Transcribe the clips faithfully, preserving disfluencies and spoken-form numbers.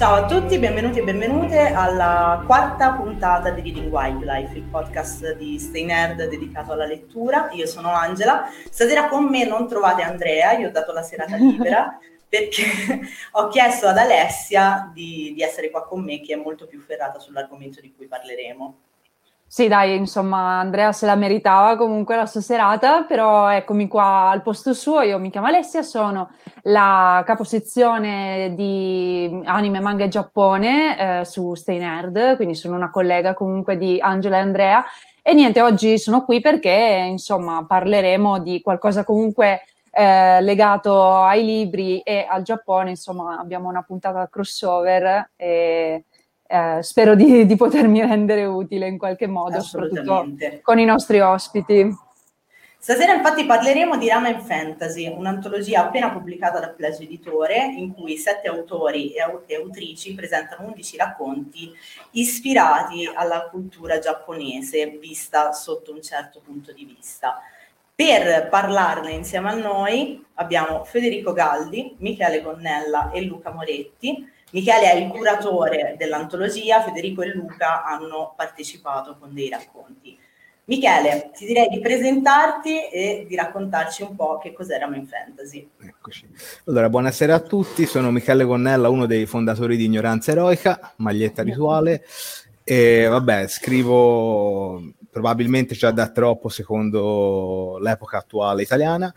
Ciao a tutti, benvenuti e benvenute alla quarta puntata di Reading Wildlife, il podcast di Stay Nerd dedicato alla lettura. Io sono Angela, stasera con me non trovate Andrea, io ho dato la serata libera perché ho chiesto ad Alessia di, di essere qua con me, che è molto più ferrata sull'argomento di cui parleremo. Sì, dai, insomma, Andrea se la meritava comunque la sua serata, però eccomi qua al posto suo. Io mi chiamo Alessia, sono la caposezione di anime, manga e Giappone eh, su Stay Nerd, quindi sono una collega comunque di Angela e Andrea. E niente, oggi sono qui perché, insomma, parleremo di qualcosa comunque eh, legato ai libri e al Giappone. Insomma, abbiamo una puntata crossover e... Eh, spero di, di potermi rendere utile in qualche modo, soprattutto con i nostri ospiti. Stasera infatti parleremo di Ramen Fantasy, un'antologia appena pubblicata da Plesio Editore, in cui sette autori e, au- e autrici presentano undici racconti ispirati alla cultura giapponese, vista sotto un certo punto di vista. Per parlarne insieme a noi abbiamo Federico Galdi, Michele Gonnella e Luca Moretti. Michele è il curatore dell'antologia, Federico e Luca hanno partecipato con dei racconti. Michele, ti direi di presentarti e di raccontarci un po' che cos'è Ramen Fantasy. Eccoci. Allora, buonasera a tutti, sono Michele Gonnella, uno dei fondatori di Ignoranza Eroica, maglietta rituale, e vabbè, scrivo probabilmente già da troppo secondo l'epoca attuale italiana,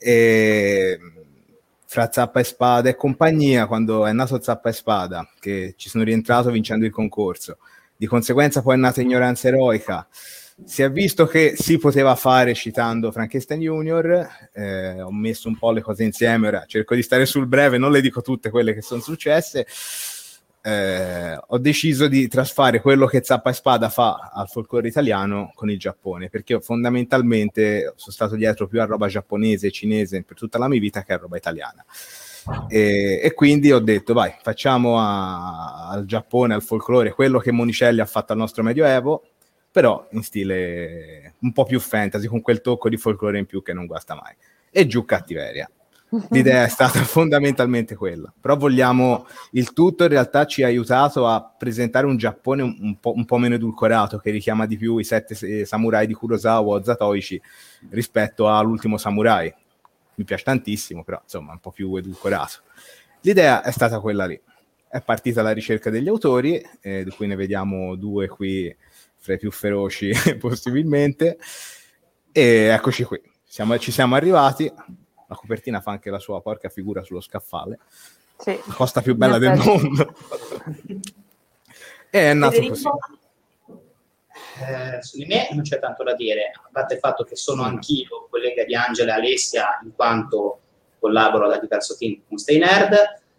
e fra Zappa e Spada e compagnia, quando è nato Zappa e Spada, che ci sono rientrato vincendo il concorso, di conseguenza poi è nata Ignoranza Eroica. Si è visto che si poteva fare citando Frankenstein Junior, eh, ho messo un po' le cose insieme, ora cerco di stare sul breve, non le dico tutte quelle che sono successe. Eh, ho deciso di trasfare quello che Zappa e Spada fa al folklore italiano con il Giappone, perché io fondamentalmente sono stato dietro più a roba giapponese e cinese per tutta la mia vita che a roba italiana. E, e quindi ho detto vai, facciamo a, al Giappone, al folklore, quello che Monicelli ha fatto al nostro Medioevo, però in stile un po' più fantasy, con quel tocco di folklore in più che non guasta mai. E giù cattiveria. L'idea è stata fondamentalmente quella, però vogliamo, il tutto in realtà ci ha aiutato a presentare un Giappone un, un, po', un po' meno edulcorato, che richiama di più i sette eh, samurai di Kurosawa o Zatoichi rispetto all'ultimo samurai. Mi piace tantissimo, però insomma un po' più edulcorato. L'idea è stata quella lì. È partita la ricerca degli autori, eh, di cui ne vediamo due qui fra i più feroci possibilmente, e eccoci qui, siamo, ci siamo arrivati. La copertina fa anche la sua porca figura sullo scaffale, sì, la cosa più bella del mondo. E è nato Federico. Così. Eh, su di me non c'è tanto da dire, a parte il fatto che sono anch'io collega di Angela e Alessia, in quanto collaboro da diverso team con Stay Nerd.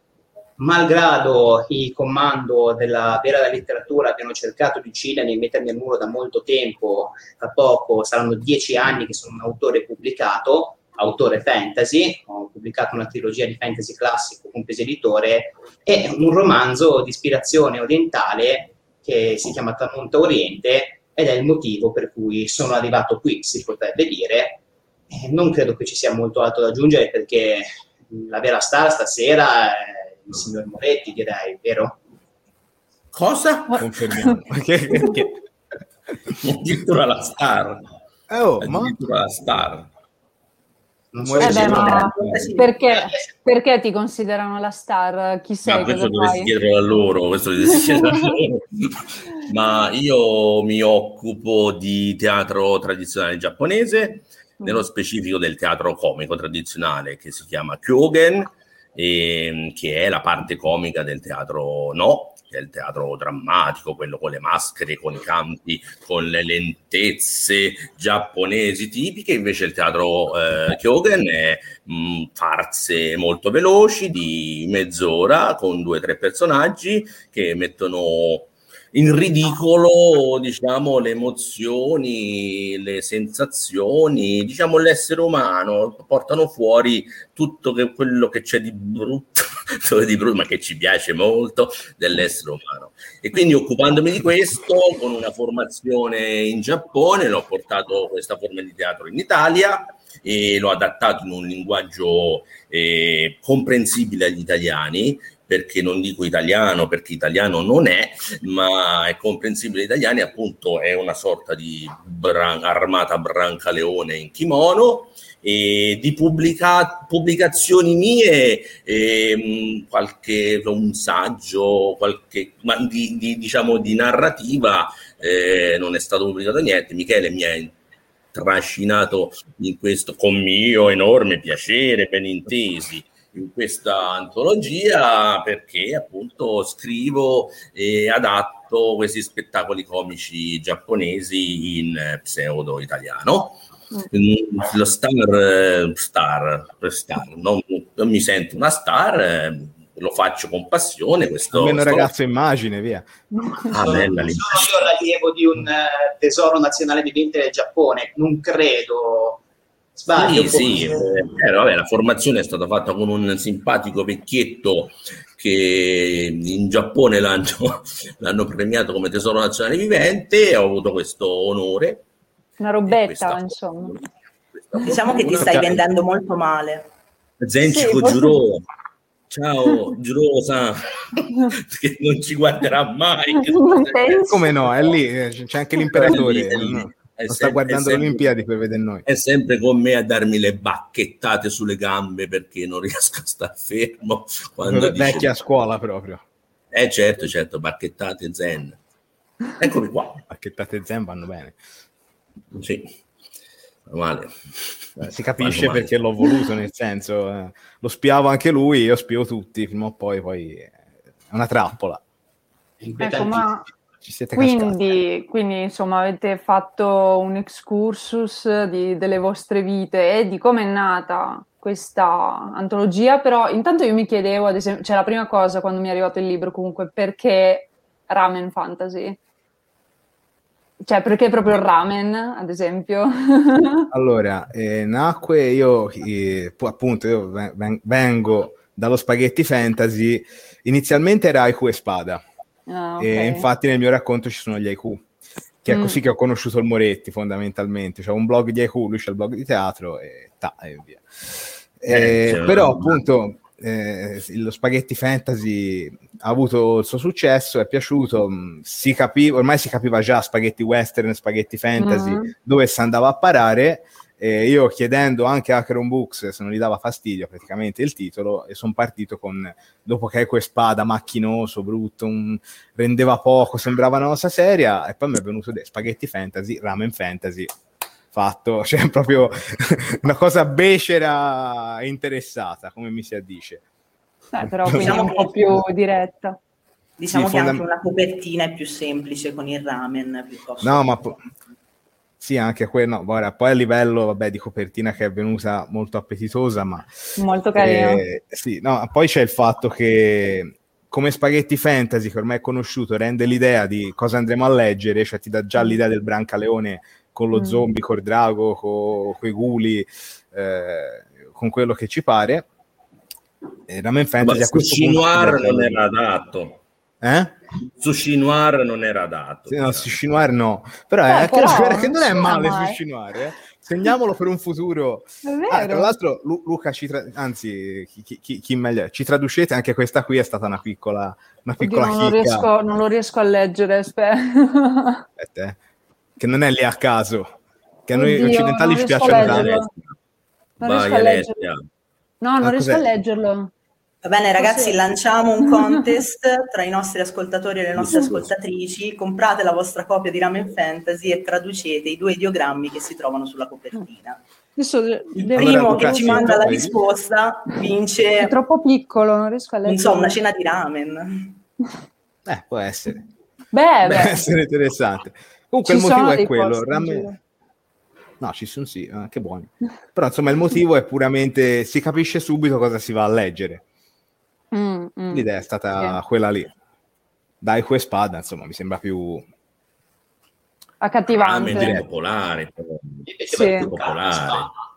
Malgrado il comando della vera letteratura abbiano cercato di uccidermi e mettermi al muro da molto tempo, tra poco saranno dieci anni che sono un autore pubblicato, autore fantasy, ho pubblicato una trilogia di fantasy classico con Plesio Editore e un romanzo di ispirazione orientale che si chiama Tramonto Oriente, ed è il motivo per cui sono arrivato qui, si potrebbe dire. Eh, non credo che ci sia molto altro da aggiungere, perché la vera star stasera è il signor Moretti, direi, vero? Cosa? Confermiamo. Addirittura la star. Oh, Addirittura ma... la star. Non so eh beh, ma perché, perché ti considerano la star? Chi sei? Ma questo dovresti chiederlo a loro, questo dovresti chiederlo a loro. Ma io mi occupo di teatro tradizionale giapponese, nello specifico del teatro comico tradizionale che si chiama Kyogen, e, che è la parte comica del teatro no, che è il teatro drammatico, quello con le maschere, con i canti, con le lentezze giapponesi tipiche. Invece il teatro eh, Kyogen è mh, farze molto veloci di mezz'ora con due o tre personaggi che mettono in ridicolo, diciamo, le emozioni, le sensazioni, diciamo l'essere umano, portano fuori tutto che, quello che c'è di brutto, di brutto, ma che ci piace molto dell'essere umano. E quindi, occupandomi di questo, con una formazione in Giappone, l'ho portato questa forma di teatro in Italia e l'ho adattato in un linguaggio eh, comprensibile agli italiani, perché non dico italiano, perché italiano non è, ma è comprensibile agli italiani, appunto è una sorta di bran- armata Brancaleone in kimono, e di pubblica- pubblicazioni mie, e, qualche un saggio, qualche ma di, di, diciamo di narrativa, eh, non è stato pubblicato niente. Michele mi ha trascinato in questo, con mio enorme piacere, ben intesi, in questa antologia, perché appunto scrivo e adatto questi spettacoli comici giapponesi in pseudo italiano. Mm. Lo star, star, star non, non mi sento una star, lo faccio con passione. Questo almeno sto... ragazzo immagine, via. Ah, sono, bella, sono io l'allievo di un uh, tesoro nazionale vivente del Giappone, non credo. Sbaglio, sì, sì, eh, vabbè, la formazione è stata fatta con un simpatico vecchietto che in Giappone l'hanno, l'hanno premiato come tesoro nazionale vivente, e ho avuto questo onore. Una robetta, insomma. Diciamo che ti stai vendendo molto male. Zenchiko sì, Juro, ciao Juro-san, che non ci guarderà mai. Come no, è lì, c'è anche l'imperatore, È lì, no? è Non sempre, sta guardando le sempre, Olimpiadi per vedere noi. È sempre con me a darmi le bacchettate sulle gambe perché non riesco a star fermo. Quando Vecchia dice... a scuola proprio. Eh certo, certo, bacchettate zen. Eccomi qua. Bacchettate zen vanno bene. Sì, male. Eh, si capisce perché l'ho voluto, nel senso, eh, lo spiavo anche lui, io spio tutti, prima o poi, poi è una trappola. Ecco, ma ci siete quindi, quindi, insomma, avete fatto un excursus di, delle vostre vite e di come è nata questa antologia, però intanto io mi chiedevo, ad esempio, cioè la prima cosa quando mi è arrivato il libro comunque, perché Ramen Fantasy? Cioè, perché proprio il ramen, ad esempio? Allora, eh, nacque io, eh, appunto, io ven- vengo dallo spaghetti fantasy, inizialmente era haiku e spada, Ah, okay. e infatti nel mio racconto ci sono gli haiku, che è così mm. che ho conosciuto il Moretti fondamentalmente, c'è un blog di haiku, lui c'è il blog di teatro, e, ta, e via. Eh, eh, però appunto... Eh, lo spaghetti fantasy ha avuto il suo successo, è piaciuto, mh, si capiva, ormai si capiva già spaghetti western, spaghetti fantasy, mm-hmm. dove si andava a parare. Eh, io chiedendo anche a Acheron Books se non gli dava fastidio praticamente il titolo, e sono partito con, dopo che Eco e Spada, macchinoso, brutto, un, rendeva poco, sembrava una cosa seria, e poi mi è venuto de- spaghetti fantasy, ramen fantasy, fatto, cioè proprio una cosa becera e interessata, come mi si addice. Eh, però quindi diciamo un po' più diretta. Diciamo sì, che fondam- anche una copertina è più semplice con il ramen piuttosto. No, ma po- sì, anche quello, no, guarda, poi a livello, vabbè, di copertina che è venuta molto appetitosa, ma molto carino. Eh, sì, no, poi c'è il fatto che come spaghetti fantasy, che ormai è conosciuto, rende l'idea di cosa andremo a leggere, cioè ti dà già l'idea del Brancaleone con lo mm. zombie, col drago, con i guli, eh, con quello che ci pare. E Ramen Fantasy ma a questo Sushi punto Noir non era adatto. Eh? Sushi Noir non era adatto. Sì, no, Sushi Noir no. Però, eh, è, però che, che non è male mai. Sushi Noir, eh? Segniamolo per un futuro. Ah, tra l'altro, Lu- Luca, ci tra- anzi, chi, chi, chi meglio, ci traducete, anche questa qui è stata una piccola, una piccola Oddio, non, lo riesco, non lo riesco a leggere, aspetta. Aspetta, che non è lì a caso, che a Oddio, noi occidentali ci piacciono tanto. Non riesco a leggerlo. No, non ah, riesco cos'è? a leggerlo. Va bene ragazzi, cos'è? Lanciamo un contest tra i nostri ascoltatori e le nostre ascoltatrici. Comprate la vostra copia di Ramen Fantasy e traducete i due ideogrammi che si trovano sulla copertina. Adesso il primo allora, che ci manda la risposta vince... È troppo piccolo, non riesco a leggere. Non so, una cena di ramen. Eh, può essere. Beh, può essere interessante. Comunque ci il motivo è quello. Ramen... No, ci sono sì, eh, che buoni. Però insomma il motivo è puramente, si capisce subito cosa si va a leggere. Mm, mm, L'idea è stata sì. quella lì. Dai que spada, insomma, mi sembra più accattivante. Ah, è popolare. Sì. Più popolare.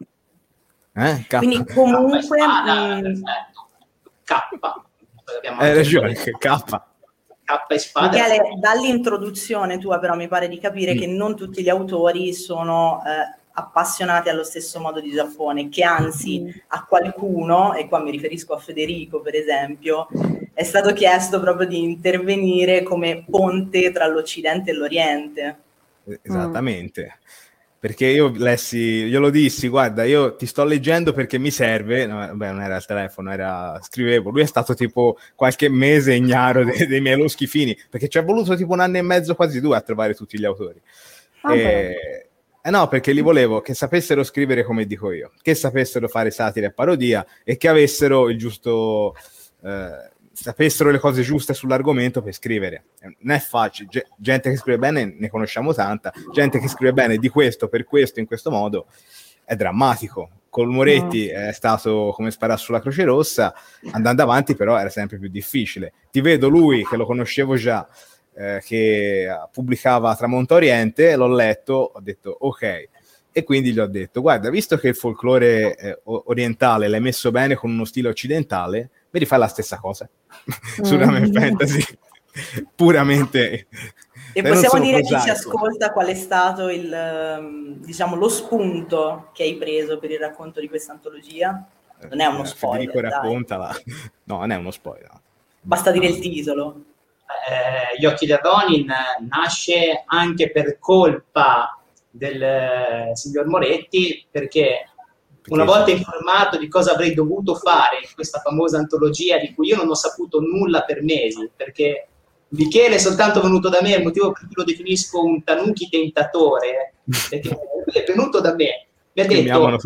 Eh? K. Quindi comunque spada, mh... K. Hai ragione, K. K e spada. Michele, dall'introduzione tua però mi pare di capire mm. che non tutti gli autori sono eh, appassionati allo stesso modo di Giappone, che anzi mm. a qualcuno, e qua mi riferisco a Federico per esempio, è stato chiesto proprio di intervenire come ponte tra l'Occidente e l'Oriente. Esattamente. Mm. Perché io lessi, io lo dissi, guarda, io ti sto leggendo perché mi serve, no, beh, non era il telefono, era, scrivevo, lui è stato tipo qualche mese ignaro dei, dei miei loschi fini, perché ci è voluto tipo un anno e mezzo, quasi due, a trovare tutti gli autori. Ah, e, eh no, perché li volevo che sapessero scrivere come dico io, che sapessero fare satira e parodia e che avessero il giusto... Eh, sapessero le cose giuste sull'argomento per scrivere. Non è facile, G- gente che scrive bene ne conosciamo tanta, gente che scrive bene di questo, per questo, in questo modo è drammatico. Col Moretti mm. è stato come sparare sulla Croce Rossa, andando avanti però era sempre più difficile. Ti vedo lui, che lo conoscevo già, eh, che pubblicava Tramonto Oriente, l'ho letto, ho detto ok, e quindi gli ho detto guarda, visto che il folklore eh, orientale l'hai messo bene con uno stile occidentale, mi rifai la stessa cosa su Ramen Fantasy, puramente. E possiamo dire a chi ci ascolta qual è stato il, diciamo, lo spunto che hai preso per il racconto di questa antologia? Non è uno spoiler. Federico, raccontala. No, non è uno spoiler. Basta dire il titolo. Eh, Gli occhi del Ronin nasce anche per colpa del eh, signor Moretti, perché una volta informato di cosa avrei dovuto fare in questa famosa antologia, di cui io non ho saputo nulla per mesi, perché Michele è soltanto venuto da me, il motivo per cui lo definisco un tanuki tentatore, perché lui è venuto da me, mi ha detto, ho, un,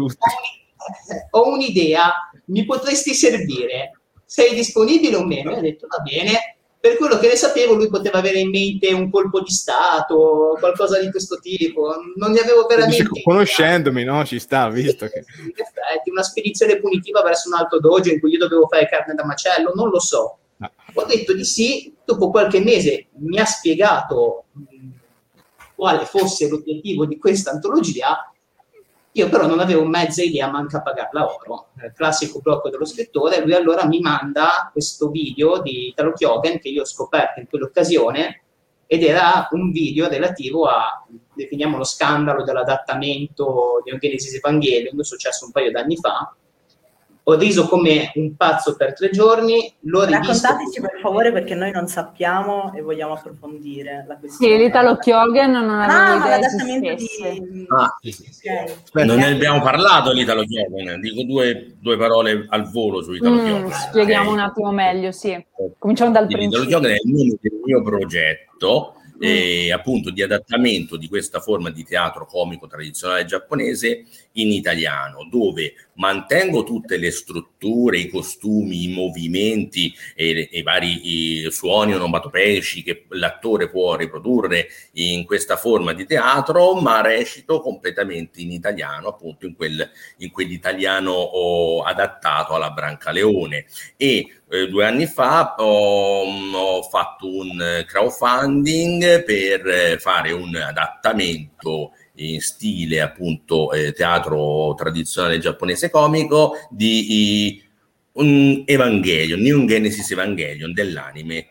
ho un'idea, mi potresti servire, sei disponibile o meno? E ho detto, va bene. Per quello che ne sapevo, lui poteva avere in mente un colpo di stato, qualcosa di questo tipo. Non ne avevo veramente... Dice, conoscendomi, no? Ci sta, visto che... In effetti, una spedizione punitiva verso un altro dojo in cui io dovevo fare carne da macello, non lo so. No. Ho detto di sì, dopo qualche mese mi ha spiegato mh, quale fosse l'obiettivo di questa antologia. Io però non avevo mezza idea, manca a pagarla oro, il classico blocco dello scrittore. Lui allora mi manda questo video di Italo Kyogen che io ho scoperto in quell'occasione, ed era un video relativo a, definiamo, lo scandalo dell'adattamento di Genesis Evangelion, che è successo un paio d'anni fa. Ho riso come un pazzo per tre giorni. L'ho Raccontateci per favore, perché noi non sappiamo e vogliamo approfondire la questione. Sì, l'Italo Kyogen non aveva ah, idea l'adattamento di... Ah, sì, sì, sì. Okay. Non ne abbiamo parlato l'Italo Kyogen, dico due, due parole al volo su Italo mm, Kyogen. Spieghiamo okay. un attimo meglio, sì. Cominciamo dal principio. L'Italo Kyogen è il nome del mio progetto, e appunto di adattamento di questa forma di teatro comico tradizionale giapponese in italiano, dove mantengo tutte le strutture, i costumi, i movimenti e i vari i suoni onomatopeici che l'attore può riprodurre in questa forma di teatro, ma recito completamente in italiano, appunto in quel in quell'italiano oh, adattato alla Brancaleone. E eh, due anni fa ho, ho fatto un crowdfunding per eh, fare un adattamento in stile appunto eh, teatro tradizionale giapponese comico di i, un Evangelion, Neon Genesis Evangelion dell'anime.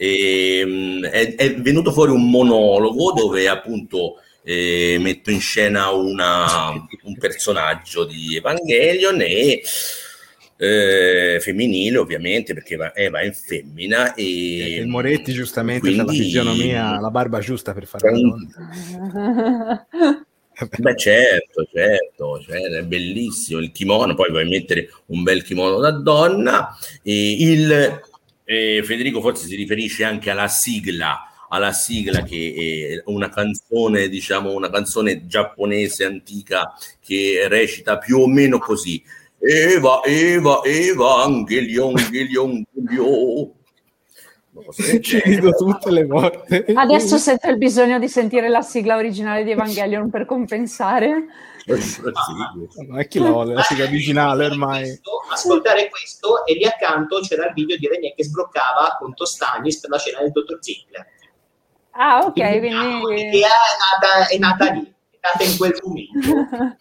E, è, è venuto fuori un monologo dove appunto eh, metto in scena una, un personaggio di Evangelion e eh, femminile ovviamente, perché Eva, Eva è in femmina e, e il Moretti giustamente quindi, c'ha la fisionomia, la barba giusta per fare una donna. Beh certo, certo, cioè, è bellissimo il kimono, poi vuoi mettere un bel kimono da donna. E il eh, Federico forse si riferisce anche alla sigla, alla sigla che è una canzone, diciamo una canzone giapponese antica che recita più o meno così: Eva, Eva, Evangelion, Evangelion, Evangelion. Ci rido tutte le volte. Adesso sento il bisogno di sentire la sigla originale di Evangelion per compensare. Ma chi la vuole la sigla originale ormai? Questo, ascoltare questo, e lì accanto c'era il video di René che sbloccava con Tostanis per la scena del dottor Ziegler. Ah, ok, quindi... L'idea è nata, è nata lì, è nata in quel momento.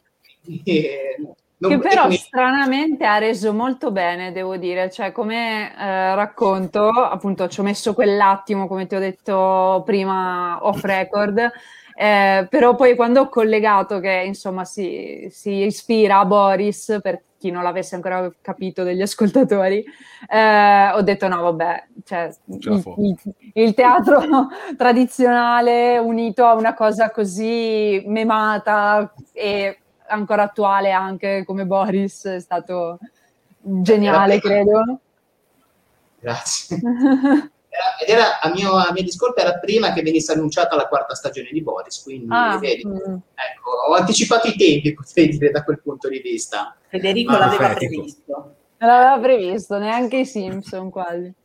Non, che però quindi... stranamente ha reso molto bene, devo dire, cioè come eh, racconto, appunto ci ho messo quell'attimo, come ti ho detto prima off record, eh, però poi quando ho collegato che insomma si, si ispira a Boris, per chi non l'avesse ancora capito degli ascoltatori, eh, ho detto no vabbè, cioè, il, il, il teatro tradizionale unito a una cosa così memata e ancora attuale anche come Boris è stato geniale, credo. Grazie. Era, ed era a mio, a mio discorso era prima che venisse annunciata la quarta stagione di Boris, quindi ah, vedi, mm. ecco, ho anticipato i tempi, potrei dire, da quel punto di vista. Federico Ma l'aveva perfettico. previsto. Non l'aveva previsto, neanche i Simpson quasi.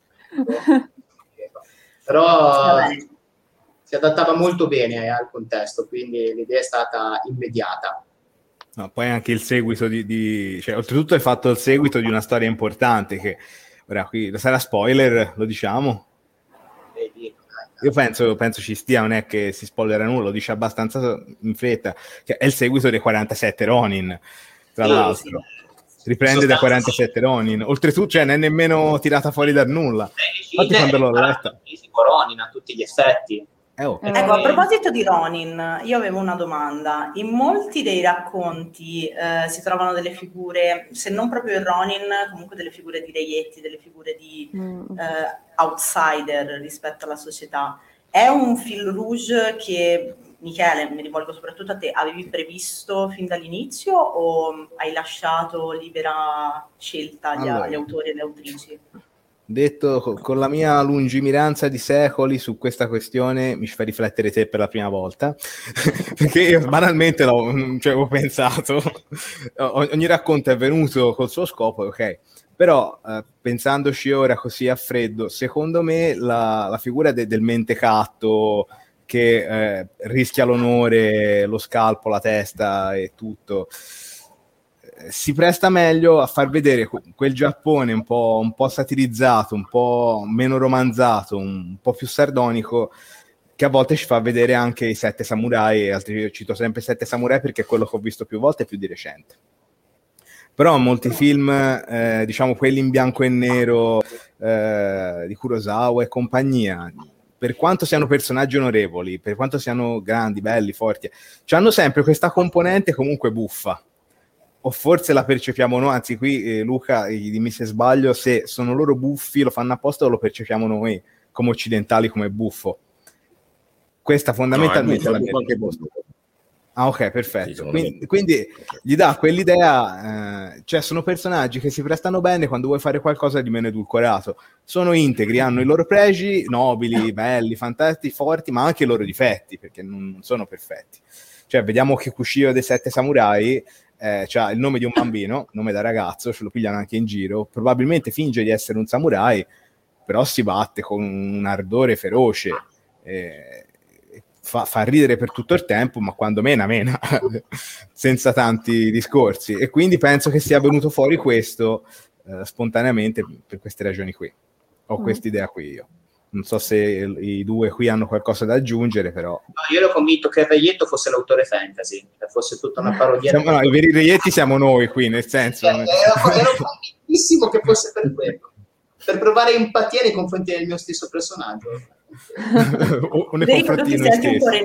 Però Vabbè. si adattava molto bene al contesto, quindi l'idea è stata immediata. No, poi anche il seguito di, di... cioè, oltretutto hai fatto il seguito di una storia importante che, ora qui, sarà spoiler, lo diciamo? Io penso, penso ci stia, non è che si spoilerà nulla, lo dice abbastanza in fretta, che è il seguito dei quarantasette Ronin, tra sì, l'altro. Sì. Riprende da quarantasette Ronin. Oltretutto, cioè, non è nemmeno tirata fuori da nulla. Infatti, quando l'ho letta... Ronin a tutti gli effetti. Eh, oh. Ecco, a proposito di Ronin, io avevo una domanda. In molti dei racconti eh, si trovano delle figure, se non proprio il Ronin, comunque delle figure di reietti, delle figure di mm. eh, outsider rispetto alla società. È un fil rouge che, Michele, mi rivolgo soprattutto a te, avevi previsto fin dall'inizio o hai lasciato libera scelta agli, allora. agli autori e alle autrici? Detto con la mia lungimiranza di secoli su questa questione, mi fa riflettere te per la prima volta, perché io banalmente l'ho, cioè, ho pensato, ogni racconto è venuto col suo scopo, ok, però eh, pensandoci ora così a freddo, secondo me la, la figura de, del mentecatto che eh, rischia l'onore, lo scalpo, la testa e tutto, si presta meglio a far vedere quel Giappone un po', un po' satirizzato, un po' meno romanzato, un po' più sardonico, che a volte ci fa vedere anche i Sette Samurai, e altri, io cito sempre Sette Samurai perché è quello che ho visto più volte e più di recente. Però molti film, eh, diciamo quelli in bianco e nero, eh, di Kurosawa e compagnia, per quanto siano personaggi onorevoli, per quanto siano grandi, belli, forti, hanno sempre questa componente comunque buffa. O forse la percepiamo noi, anzi qui eh, Luca, dimmi se sbaglio, se sono loro buffi, lo fanno apposta o lo percepiamo noi come occidentali come buffo. Questa fondamentalmente no, è la mia risposta. Ah ok, perfetto. Sì, quindi, quindi gli dà quell'idea, eh, cioè sono personaggi che si prestano bene quando vuoi fare qualcosa di meno edulcorato. Sono integri, hanno i loro pregi, nobili, belli, fantastici, forti, ma anche i loro difetti, perché non sono perfetti. Cioè vediamo che Kushiro dei Sette Samurai Eh, c'ha il nome di un bambino, nome da ragazzo, ce lo pigliano anche in giro, probabilmente finge di essere un samurai, però si batte con un ardore feroce, eh, fa, fa ridere per tutto il tempo, ma quando mena, mena, senza tanti discorsi, e quindi penso che sia venuto fuori questo eh, spontaneamente per queste ragioni qui. Ho mm. questa idea qui io. Non so se i due qui hanno qualcosa da aggiungere, però... No, io ero convinto che il reietto fosse l'autore fantasy, che fosse tutta una parodia. Siamo, no, i veri reietti siamo noi qui, nel senso... Eh, ero, ero convintissimo che fosse per quello, per provare empatia nei confronti del mio stesso personaggio. o nei confronti di noi stessi.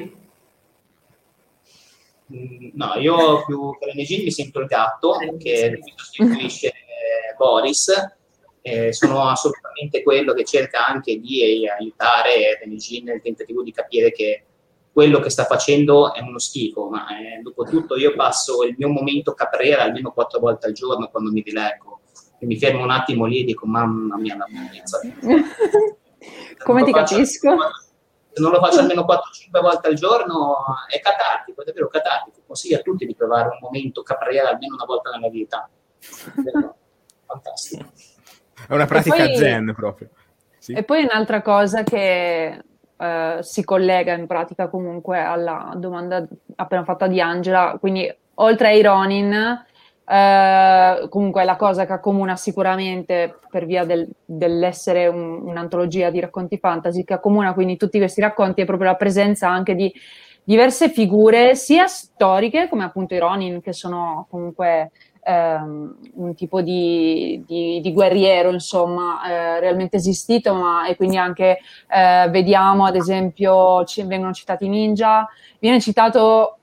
No, io più che Renegin mi sento il gatto, che sostituisce Boris. Eh, sono assolutamente quello che cerca anche di eh, aiutare Renegin nel tentativo di capire che quello che sta facendo è uno schifo, ma eh, dopo tutto io passo il mio momento caprera almeno quattro volte al giorno quando mi rileggo e mi fermo un attimo lì e dico mamma mia la bellezza. Come ti capisco? Se non lo faccio almeno quattro cinque volte al giorno è catartico, è davvero catartico. Consiglio a tutti di provare un momento caprera almeno una volta nella vita. Fantastico. È una pratica poi, zen proprio. Sì. E poi un'altra cosa che eh, si collega in pratica comunque alla domanda appena fatta di Angela, quindi oltre ai Ronin, eh, comunque la cosa che accomuna sicuramente per via del, dell'essere un, un'antologia di racconti fantasy, che accomuna quindi tutti questi racconti, è proprio la presenza anche di diverse figure, sia storiche come appunto i Ronin, che sono comunque... Um, un tipo di, di, di guerriero insomma eh, realmente esistito, ma e quindi anche eh, vediamo ad esempio ci vengono citati i ninja, viene citato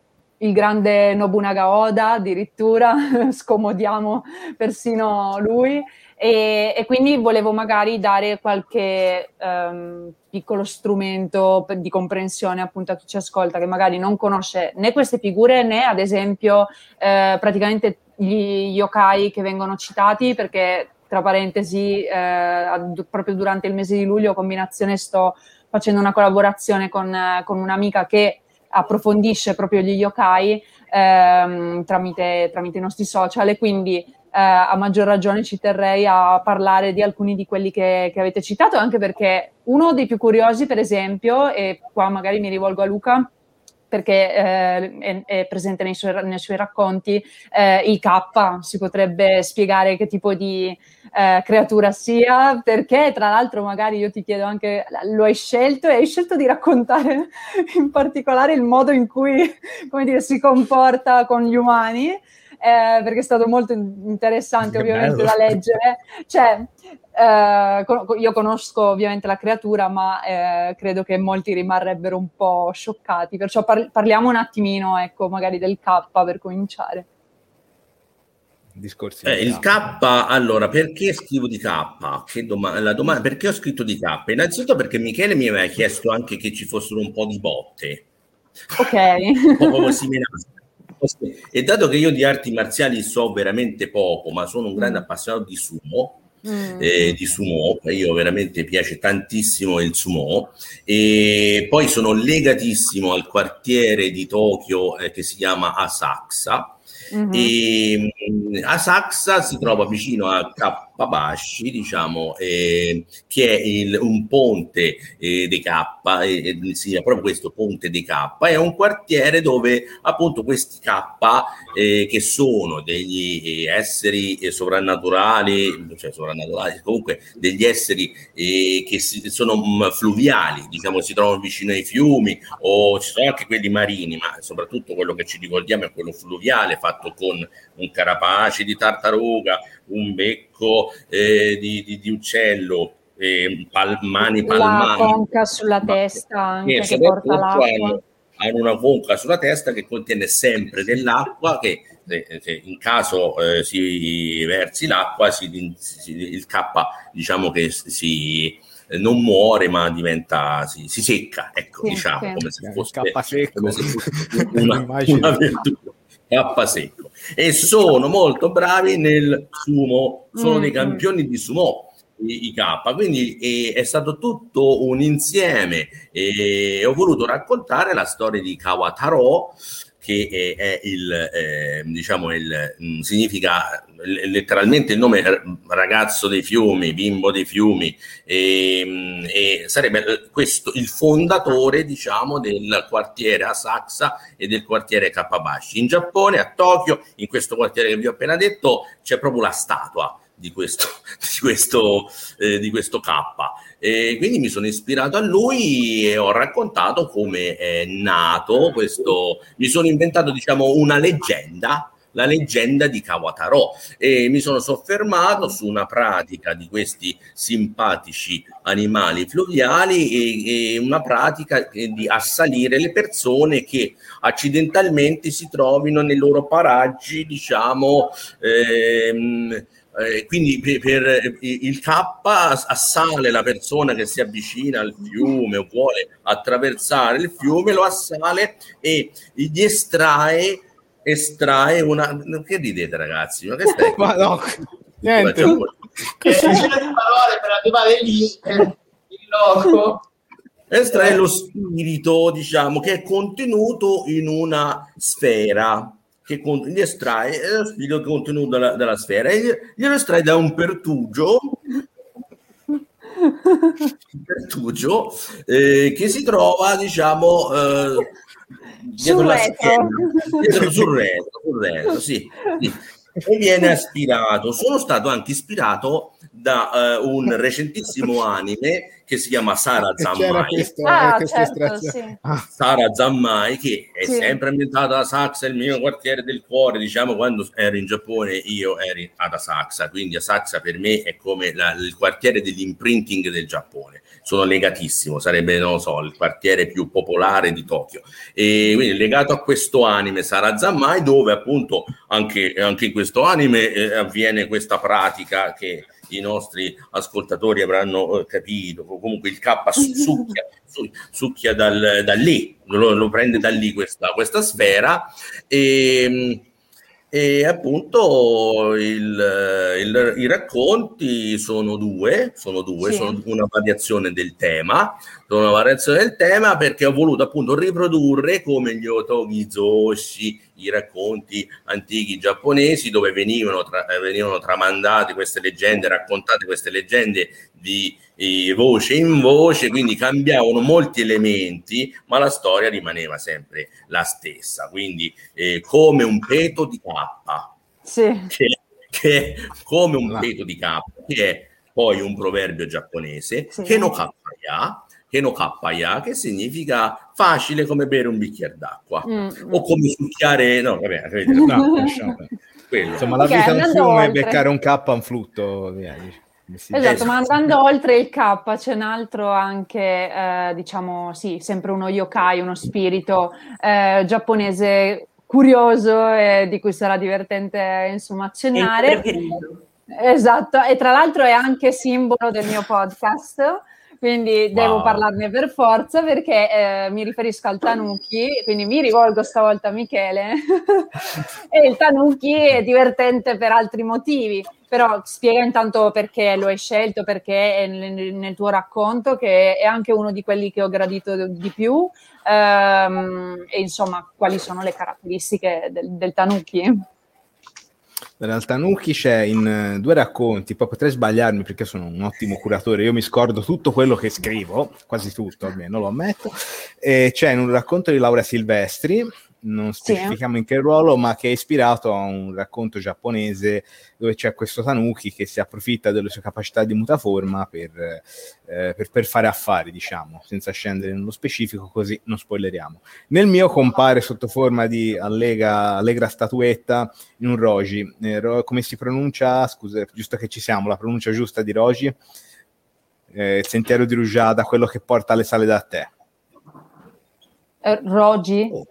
il grande Nobunaga Oda, addirittura, scomodiamo persino lui, e, e quindi volevo magari dare qualche um, piccolo strumento per, di comprensione appunto a chi ci ascolta, che magari non conosce né queste figure né ad esempio eh, praticamente gli yokai che vengono citati, perché tra parentesi eh, proprio durante il mese di luglio Combinazione sto facendo una collaborazione con, con un'amica che approfondisce proprio gli yokai ehm, tramite, tramite i nostri social, e quindi eh, a maggior ragione ci terrei a parlare di alcuni di quelli che, che avete citato, anche perché uno dei più curiosi, per esempio, e qua magari mi rivolgo a Luca perché eh, è, è presente nei suoi, nei suoi racconti, eh, il K, si potrebbe spiegare che tipo di eh, creatura sia, perché tra l'altro magari io ti chiedo anche, lo hai scelto e hai scelto di raccontare in particolare il modo in cui, come dire, si comporta con gli umani, eh, perché è stato molto interessante ovviamente da leggere, cioè eh, io conosco ovviamente la creatura, ma eh, credo che molti rimarrebbero un po' scioccati, perciò par- parliamo un attimino, ecco, magari del K per cominciare. Discorsi eh, il K, allora, perché scrivo di K? Che doma- la domanda, perché ho scritto di K? Innanzitutto perché Michele mi aveva chiesto anche che ci fossero un po' di botte. Ok. Un po' come si e dato che io di arti marziali so veramente poco, ma sono un grande mm. appassionato di sumo, mm. eh, di sumo, io veramente piace tantissimo il sumo, e poi sono legatissimo al quartiere di Tokyo eh, che si chiama Asakusa. Mm-hmm. E Asakusa si trova vicino a Kappabashi, diciamo, eh, che è il, un ponte eh, dei K, eh, si chiama proprio questo ponte dei K, è un quartiere dove appunto questi K, eh, che sono degli esseri eh, sovrannaturali, cioè sovrannaturali, comunque degli esseri eh, che si, sono mh, fluviali, diciamo, si trovano vicino ai fiumi, o ci sono anche quelli marini, ma soprattutto quello che ci ricordiamo è quello fluviale, fatto con un carapace di tartaruga, un becco eh, di, di, di uccello, eh, pal- mani palmari, la conca sulla testa anche che porta l'acqua. Hanno, hanno una conca sulla testa che contiene sempre dell'acqua, che se, se in caso eh, si versi l'acqua si, si, il K, diciamo che si non muore ma diventa, si, si secca, ecco, sì, diciamo, sì. come se fosse, come se fosse una, una verdura. K secco, e sono molto bravi nel sumo, sono mm, dei campioni mm. di sumo i, i K, quindi è, è stato tutto un insieme, e ho voluto raccontare la storia di Kawataro, che è, è il eh, diciamo il mh, significa letteralmente il nome ragazzo dei fiumi, bimbo dei fiumi, e, e sarebbe questo il fondatore, diciamo, del quartiere Asakusa e del quartiere Kappabashi. In Giappone, a Tokyo, in questo quartiere che vi ho appena detto, c'è proprio la statua di questo di questo eh, di questo K, e quindi mi sono ispirato a lui e ho raccontato come è nato questo, mi sono inventato, diciamo, una leggenda, la leggenda di Kawataro, e mi sono soffermato su una pratica di questi simpatici animali fluviali e, e una pratica di assalire le persone che accidentalmente si trovino nei loro paraggi, diciamo, ehm, Eh, quindi per, per il K assale la persona che si avvicina al fiume o vuole attraversare il fiume, lo assale e gli estrae estrae una, che ridete ragazzi, ma che stai? Ma no, niente, eh, c'è le parole per arrivare lì, eh, il loco estrae lo spirito, diciamo, che è contenuto in una sfera, che gli estrae lo spirito contenuto dalla, dalla sfera e glielo estrae da un pertugio un pertugio eh, che si trova, diciamo, eh, dietro sul la retro. schiena, dietro, sul retro, sul retro sì, sì. E viene aspirato. Sono stato anche ispirato da uh, un recentissimo anime che si chiama Sara Zammai. Questo, ah, eh, certo, sì. ah. Sara Zammai, che è Sì. sempre ambientata ad Asakusa, il mio quartiere del cuore. Diciamo, quando ero in Giappone io ero ad Asakusa, quindi Asakusa per me è come la, il quartiere dell'imprinting del Giappone. Sono legatissimo, sarebbe, non lo so, il quartiere più popolare di Tokyo. E quindi legato a questo anime Sara Zammai, dove appunto anche, anche in questo anime eh, avviene questa pratica che i nostri ascoltatori avranno eh, capito. Comunque il K succhia, su, succhia dal, da lì, lo, lo prende da lì questa, questa sfera e, e appunto il, il, i racconti sono due, sono due, Sì. sono una variazione del tema, sono una variazione del tema perché ho voluto appunto riprodurre come gli otogi zoshi, i racconti antichi giapponesi, dove venivano, tra, venivano tramandate queste leggende, raccontate queste leggende di eh, voce in voce, quindi cambiavano molti elementi, ma la storia rimaneva sempre la stessa, quindi eh, come un peto di cappa, Sì. che, che come un peto di cappa, che è poi un proverbio giapponese, Sì. che no kappaya, che no kappaya, che significa facile come bere un bicchiere d'acqua, Mm. o come succhiare, no, vabbè, vedete, No, lasciamo perdere. quello. Insomma, la Ok, vita è un andando fiume, oltre. beccare un K a un flutto, via, si- Esatto, Esatto. ma andando oltre il K c'è un altro anche, eh, diciamo, sì, sempre uno yokai, uno spirito eh, giapponese curioso e di cui sarà divertente, insomma, È il accennare. preferito. Esatto, e tra l'altro è anche simbolo del mio podcast, quindi devo Wow. parlarne per forza perché eh, mi riferisco al Tanuki, quindi mi rivolgo stavolta a Michele. E il Tanuki è divertente per altri motivi, però spiega intanto perché lo hai scelto, perché è nel, nel tuo racconto, che è anche uno di quelli che ho gradito di più, ehm, e insomma quali sono le caratteristiche del, del Tanuki. Dal Tanuki c'è in eh, due racconti, poi potrei sbagliarmi perché sono un ottimo curatore, io mi scordo tutto quello che scrivo, quasi tutto almeno, lo ammetto, e c'è in un racconto di Laura Silvestri, non specifichiamo in che ruolo, ma che è ispirato a un racconto giapponese dove c'è questo Tanuki che si approfitta delle sue capacità di mutaforma per, eh, per, per fare affari, diciamo, senza scendere nello specifico, così non spoileriamo. Nel mio compare sotto forma di allega, allegra statuetta in un roji. Eh, ro, come si pronuncia? Scusa, giusto che ci siamo, la pronuncia giusta di roji? Eh, sentiero di Rugiada, quello che porta alle sale da tè. Eh, roji? Oh.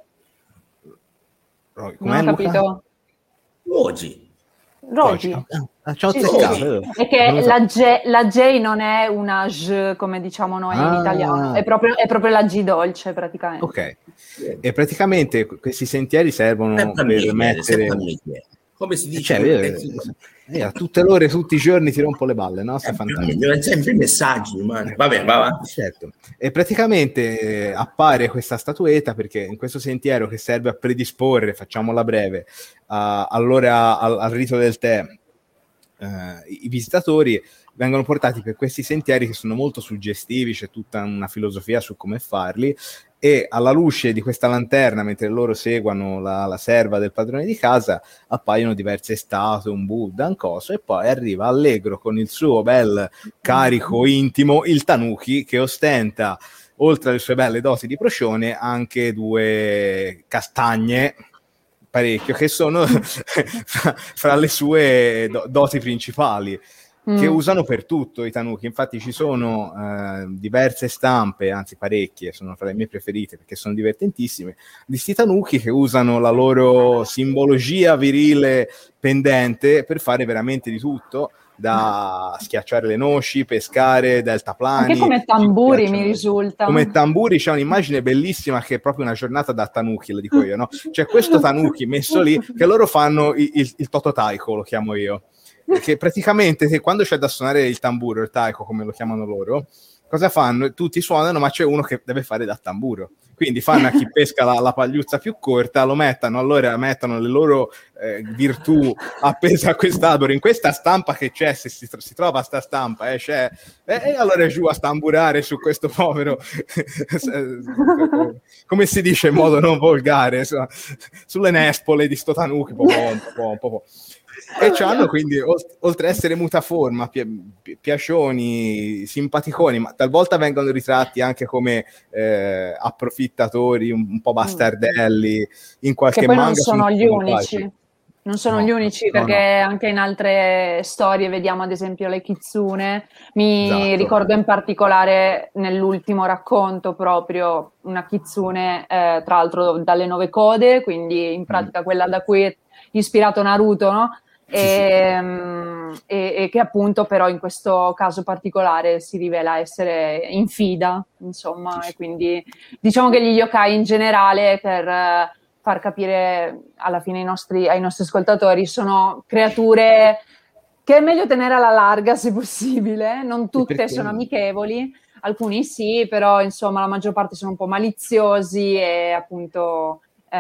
Com'è, non ho Luca? capito. Rogi. Rogi. Ah, ci ho Sì, azzeccato. sì. È che la J, la J non è una J come diciamo noi Ah. in italiano, è proprio, è proprio la G dolce praticamente. Ok. E praticamente questi sentieri servono Sempre per chiede, mettere... come si dice? Cioè, eh, eh, a tutte le ore, tutti i giorni ti rompo le balle, no? Sei fantastico. Sempre i messaggi, man. Vabbè, va, va. Certo. E praticamente eh, appare questa statuetta perché in questo sentiero che serve a predisporre, facciamola breve, a, all'ora al, al rito del tè, eh, i visitatori vengono portati per questi sentieri che sono molto suggestivi, c'è tutta una filosofia su come farli, e alla luce di questa lanterna, mentre loro seguono la, la serva del padrone di casa, appaiono diverse statue, un Buddha, un coso, e poi arriva allegro con il suo bel carico intimo, il Tanuki, che ostenta, oltre alle sue belle doti di procione, anche due castagne, parecchio, che sono fra, fra le sue do, doti principali, che mm. usano per tutto i Tanuki. Infatti ci sono eh, diverse stampe, anzi parecchie, sono fra le mie preferite perché sono divertentissime, di sti Tanuki che usano la loro simbologia virile pendente per fare veramente di tutto, da schiacciare le noci, pescare, deltaplani. Anche come tamburi mi risulta. Come tamburi, c'è un'immagine bellissima che è proprio una giornata da Tanuki, lo dico io, no? C'è questo Tanuki messo lì che loro fanno il, il, il tototaiko, lo chiamo io. Perché praticamente se, quando c'è da suonare il tamburo, il taiko come lo chiamano loro, cosa fanno? Tutti suonano, ma c'è uno che deve fare da tamburo, quindi fanno a chi pesca la, la pagliuzza più corta, lo mettano, allora mettono le loro eh, virtù appese a quest'albero, in questa stampa che c'è, se si, si trova sta stampa, eh, c'è, eh, e allora è giù a stamburare su questo povero come si dice in modo non volgare, insomma, sulle nespole di sto Tanuki, po' po', po', po', po'. E c'hanno quindi, oltre ad essere mutaforma, pi- pi- piacioni, simpaticoni, ma talvolta vengono ritratti anche come eh, approfittatori, un, un po' bastardelli, in qualche che poi manga. non sono gli unici. Facili. Non sono No, gli unici, no, perché no. anche in altre storie vediamo ad esempio le kitsune. Mi Esatto. ricordo in particolare nell'ultimo racconto proprio una kitsune, eh, tra l'altro dalle nove code, quindi in pratica mm. quella da cui è ispirato Naruto, no? Sì, E, sì. e, e che appunto però in questo caso particolare si rivela essere infida, insomma, sì, sì. E quindi diciamo che gli yokai in generale, per far capire alla fine ai nostri, ai nostri ascoltatori, sono creature che è meglio tenere alla larga se possibile, non tutte sono amichevoli, alcuni sì, però insomma la maggior parte sono un po' maliziosi e appunto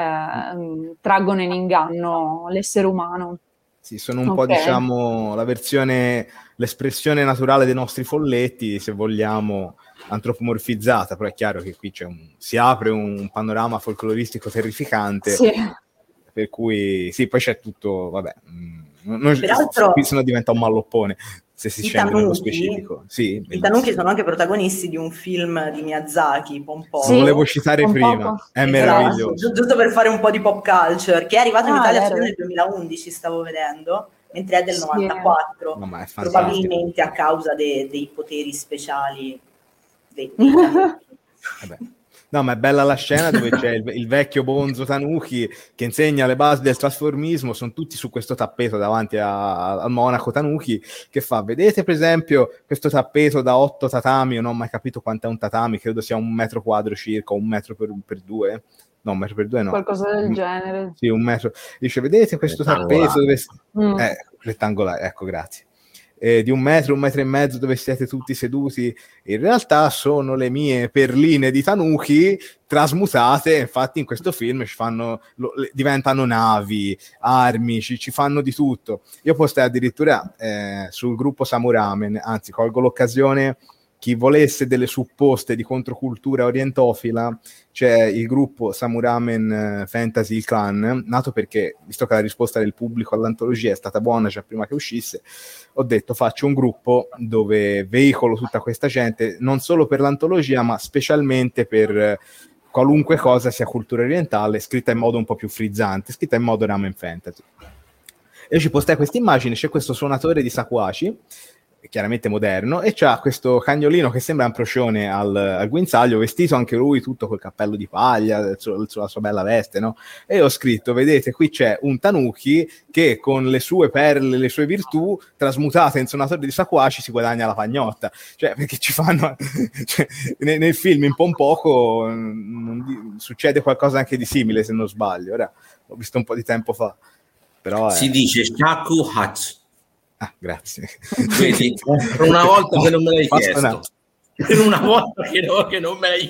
eh, traggono in inganno l'essere umano. Sì, sono un okay. po', diciamo, la versione, l'espressione naturale dei nostri folletti, se vogliamo, antropomorfizzata, però è chiaro che qui c'è un, si apre un panorama folcloristico terrificante, sì. Per cui sì, poi c'è tutto, vabbè, non, Peraltro, qui se no diventa un malloppone se si scende tanuki, nello specifico. Sì, i tanuki sono anche protagonisti di un film di Miyazaki, Pompoko. Sì, lo volevo citare prima, poco. è esatto, meraviglioso. Giusto per fare un po' di pop culture, che è arrivato in ah, Italia vero. solo nel duemilaundici, stavo vedendo, mentre è del sì. novantaquattro, no, ma è probabilmente a causa de- dei poteri speciali dei, dei tanuki. Vabbè. No, ma è bella la scena dove c'è il, il vecchio Bonzo Tanuki che insegna le basi del trasformismo, sono tutti su questo tappeto davanti a, al monaco Tanuki, che fa, vedete per esempio questo tappeto da otto tatami, io non ho mai capito quanto è un tatami, credo sia un metro quadro circa, un metro per, per due, no, un metro per due no. Qualcosa del un, genere. Sì, un metro. Dice, vedete questo tappeto dove... Mm. Eh, rettangolare, ecco, grazie. Eh, di un metro, un metro e mezzo dove siete tutti seduti, in realtà sono le mie perline di tanuki trasmutate, infatti in questo film ci fanno, lo, diventano navi, armi, ci, ci fanno di tutto. Io postai addirittura eh, sul gruppo Samuramen, anzi colgo l'occasione, chi volesse delle supposte di controcultura orientofila, c'è il gruppo Samuramen Fantasy il Clan, nato perché, visto che la risposta del pubblico all'antologia è stata buona già prima che uscisse, ho detto faccio un gruppo dove veicolo tutta questa gente, non solo per l'antologia, ma specialmente per qualunque cosa sia cultura orientale, scritta in modo un po' più frizzante, scritta in modo ramen fantasy. E io ci postai questa immagine, c'è questo suonatore di shakuhachi, chiaramente moderno, e c'ha questo cagnolino che sembra un procione al, al guinzaglio, vestito anche lui tutto col cappello di paglia, sulla sua, sua bella veste, no? E ho scritto, vedete, qui c'è un tanuki che con le sue perle, le sue virtù, trasmutate in suonatore di shakuhachi, si guadagna la pagnotta. Cioè, perché ci fanno... cioè, nel, nel film in Pompoko non, succede qualcosa anche di simile, se non sbaglio. Ora, l'ho visto un po' di tempo fa. Però si è... dice shakuhachi. Ah, grazie. Vedi, per una volta che non me l'hai Basta chiesto. Per una volta che, no, che non me l'hai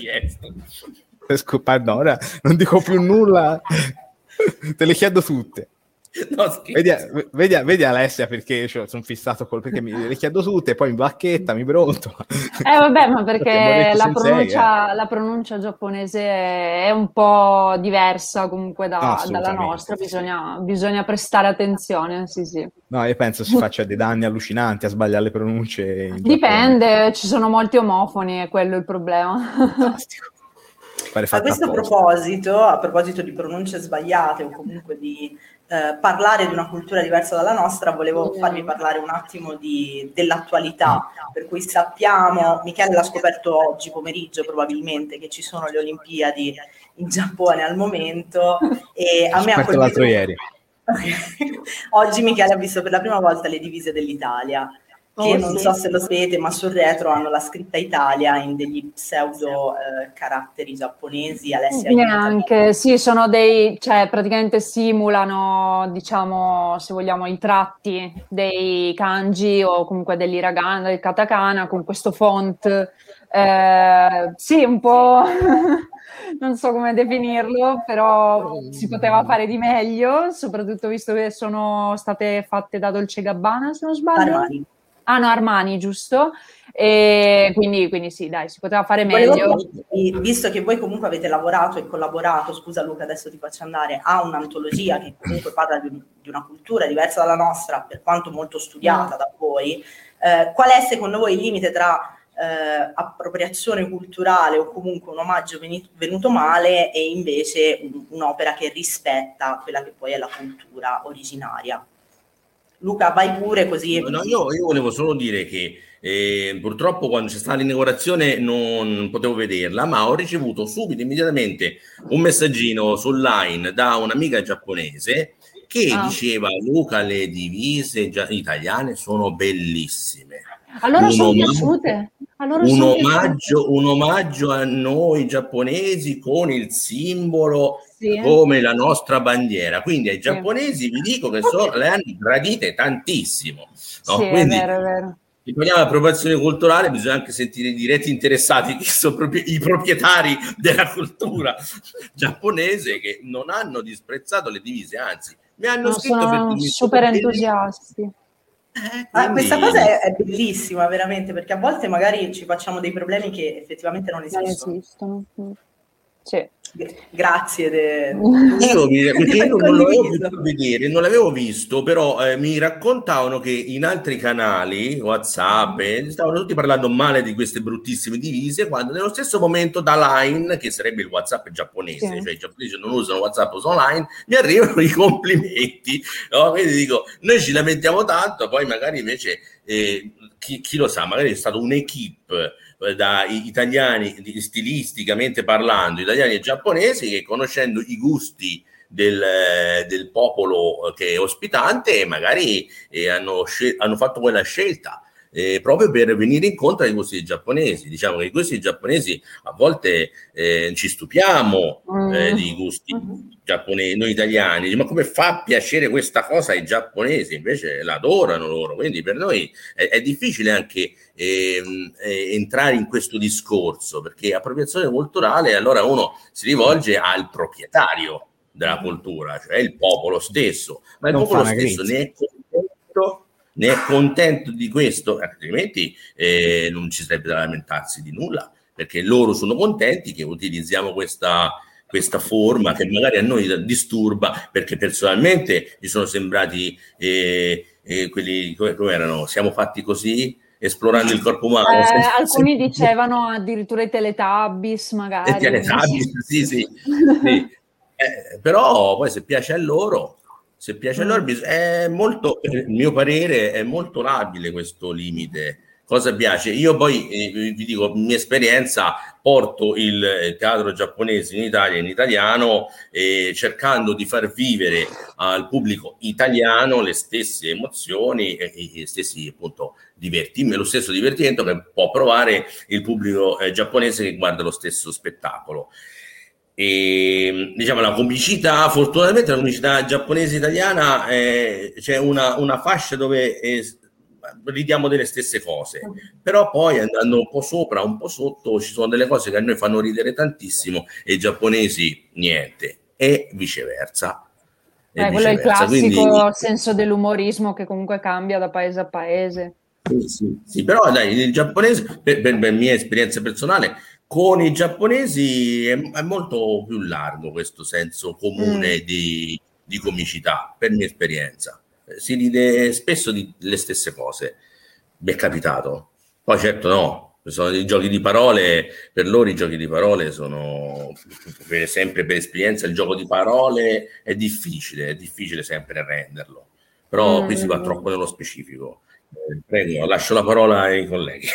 chiesto. Pardon, ora non dico più nulla. Te le chiedo tutte. No, vedi, vedi, vedi Alessia perché cioè, sono fissato col perché mi le chiedo tutte, poi mi bacchetta, mi bronto. Eh vabbè, ma perché la sensei, pronuncia, eh. la pronuncia giapponese è un po' diversa comunque da, no, dalla nostra, bisogna, bisogna prestare attenzione, sì sì. No, io penso si faccia dei danni allucinanti a sbagliare le pronunce in Dipende, Giappone. Ci sono molti omofoni, è quello il problema. Fantastico. A questo proposito, a proposito di pronunce sbagliate o comunque di eh, parlare di una cultura diversa dalla nostra, volevo farvi parlare un attimo di, dell'attualità, per cui sappiamo, Michele l'ha scoperto oggi pomeriggio probabilmente, che ci sono le Olimpiadi in Giappone al momento, e a me ha colpito... l'altro ieri. Oggi Michele ha visto per la prima volta le divise dell'Italia, che oh, non sì. so se lo sapete, ma sul retro hanno la scritta Italia in degli pseudo eh, caratteri giapponesi. Alessia, neanche, sì, sono dei, cioè praticamente simulano, diciamo, se vogliamo, i tratti dei kanji o comunque dell'hiragana, del katakana, con questo font, eh, sì, un po', non so come definirlo, però si poteva fare di meglio, soprattutto visto che sono state fatte da Dolce Gabbana, se non sbaglio. Armani. Ah no, Armani, giusto? E quindi, quindi sì, dai, si poteva fare meglio. Volevo, visto che voi comunque avete lavorato e collaborato, scusa Luca, adesso ti faccio andare, a un'antologia che comunque parla di, un, di una cultura diversa dalla nostra, per quanto molto studiata mm. da voi, eh, qual è secondo voi il limite tra eh, appropriazione culturale o comunque un omaggio venito, venuto male e invece un, un'opera che rispetta quella che poi è la cultura originaria? Luca, vai pure così. No, no, io, io volevo solo dire che eh, purtroppo quando c'è stata l'inaugurazione non potevo vederla, ma ho ricevuto subito, immediatamente, un messaggino sull'line da un'amica giapponese che ah. diceva: Luca, le divise gia- italiane sono bellissime. Allora sono piaciute. Allora un, omaggio, un omaggio a noi giapponesi con il simbolo sì. come la nostra bandiera. Quindi ai giapponesi sì. vi dico che so, le hanno gradite tantissimo. No? Sì, Quindi, è vero, è vero. Se parliamo di appropriazione culturale, bisogna anche sentire i diretti interessati, che sono proprio i proprietari della cultura giapponese, che non hanno disprezzato le divise, anzi, mi hanno no, scritto sono per super entusiasti. Eh, ah, questa cosa è, è bellissima veramente, perché a volte magari ci facciamo dei problemi che effettivamente non esistono. Non esistono. Sì. Grazie. De... Io, mi, perché io non l'avevo visto vedere, non l'avevo visto, però eh, mi raccontavano che in altri canali WhatsApp eh, stavano tutti parlando male di queste bruttissime divise, quando nello stesso momento da Line, che sarebbe il WhatsApp giapponese, sì. cioè i giapponesi non usano WhatsApp, usano Line, mi arrivano i complimenti, no? Quindi dico, noi ci lamentiamo tanto, poi magari invece eh, chi, chi lo sa, magari è stato un'equipe da italiani, stilisticamente parlando, italiani e giapponesi, che conoscendo i gusti del, del popolo che è ospitante magari eh, hanno, scel- hanno fatto quella scelta eh, proprio per venire incontro ai gusti giapponesi. Diciamo che i gusti giapponesi a volte eh, ci stupiamo eh, di gusti giapponesi, noi italiani, ma come fa a piacere questa cosa ai giapponesi? Invece l'adorano loro, quindi per noi è, è difficile anche eh, eh, entrare in questo discorso, perché appropriazione culturale, allora uno si rivolge al proprietario della cultura, cioè il popolo stesso, ma il non popolo stesso ne è contento, ne è contento di questo, altrimenti eh, non ci sarebbe da lamentarsi di nulla, perché loro sono contenti che utilizziamo questa questa forma che magari a noi disturba, perché personalmente mi sono sembrati eh, eh, quelli come, come erano, siamo fatti così, esplorando il corpo umano. Eh, se, alcuni se... dicevano addirittura i Teletubbies, magari. I Teletubbies, sì, sì. sì. Eh, però poi se piace a loro, se piace mm. a loro, è molto, il mio parere, è molto labile questo limite. Cosa piace? Io poi eh, vi dico, mia esperienza, porto il teatro giapponese in Italia in italiano, eh, cercando di far vivere al pubblico italiano le stesse emozioni e gli stessi appunto divertimenti, lo stesso divertimento che può provare il pubblico eh, giapponese che guarda lo stesso spettacolo. E diciamo la comicità, fortunatamente la comicità giapponese italiana eh, c'è una, una fascia dove eh, ridiamo delle stesse cose, però poi andando un po' sopra, un po' sotto, ci sono delle cose che a noi fanno ridere tantissimo e i giapponesi niente, e viceversa. E eh, viceversa. Quello è il classico quindi... senso dell'umorismo che comunque cambia da paese a paese. Sì, sì, sì, però dai, il giapponese, per, per, per mia esperienza personale, con i giapponesi è, è molto più largo questo senso comune mm. di, di comicità, per mia esperienza. Si ride spesso di le stesse cose, mi è capitato. Poi certo no, sono i giochi di parole, per loro i giochi di parole sono, per, sempre per esperienza, il gioco di parole è difficile, è difficile sempre renderlo, però mm. qui si va troppo nello specifico. Eh, prego, lascio la parola ai colleghi.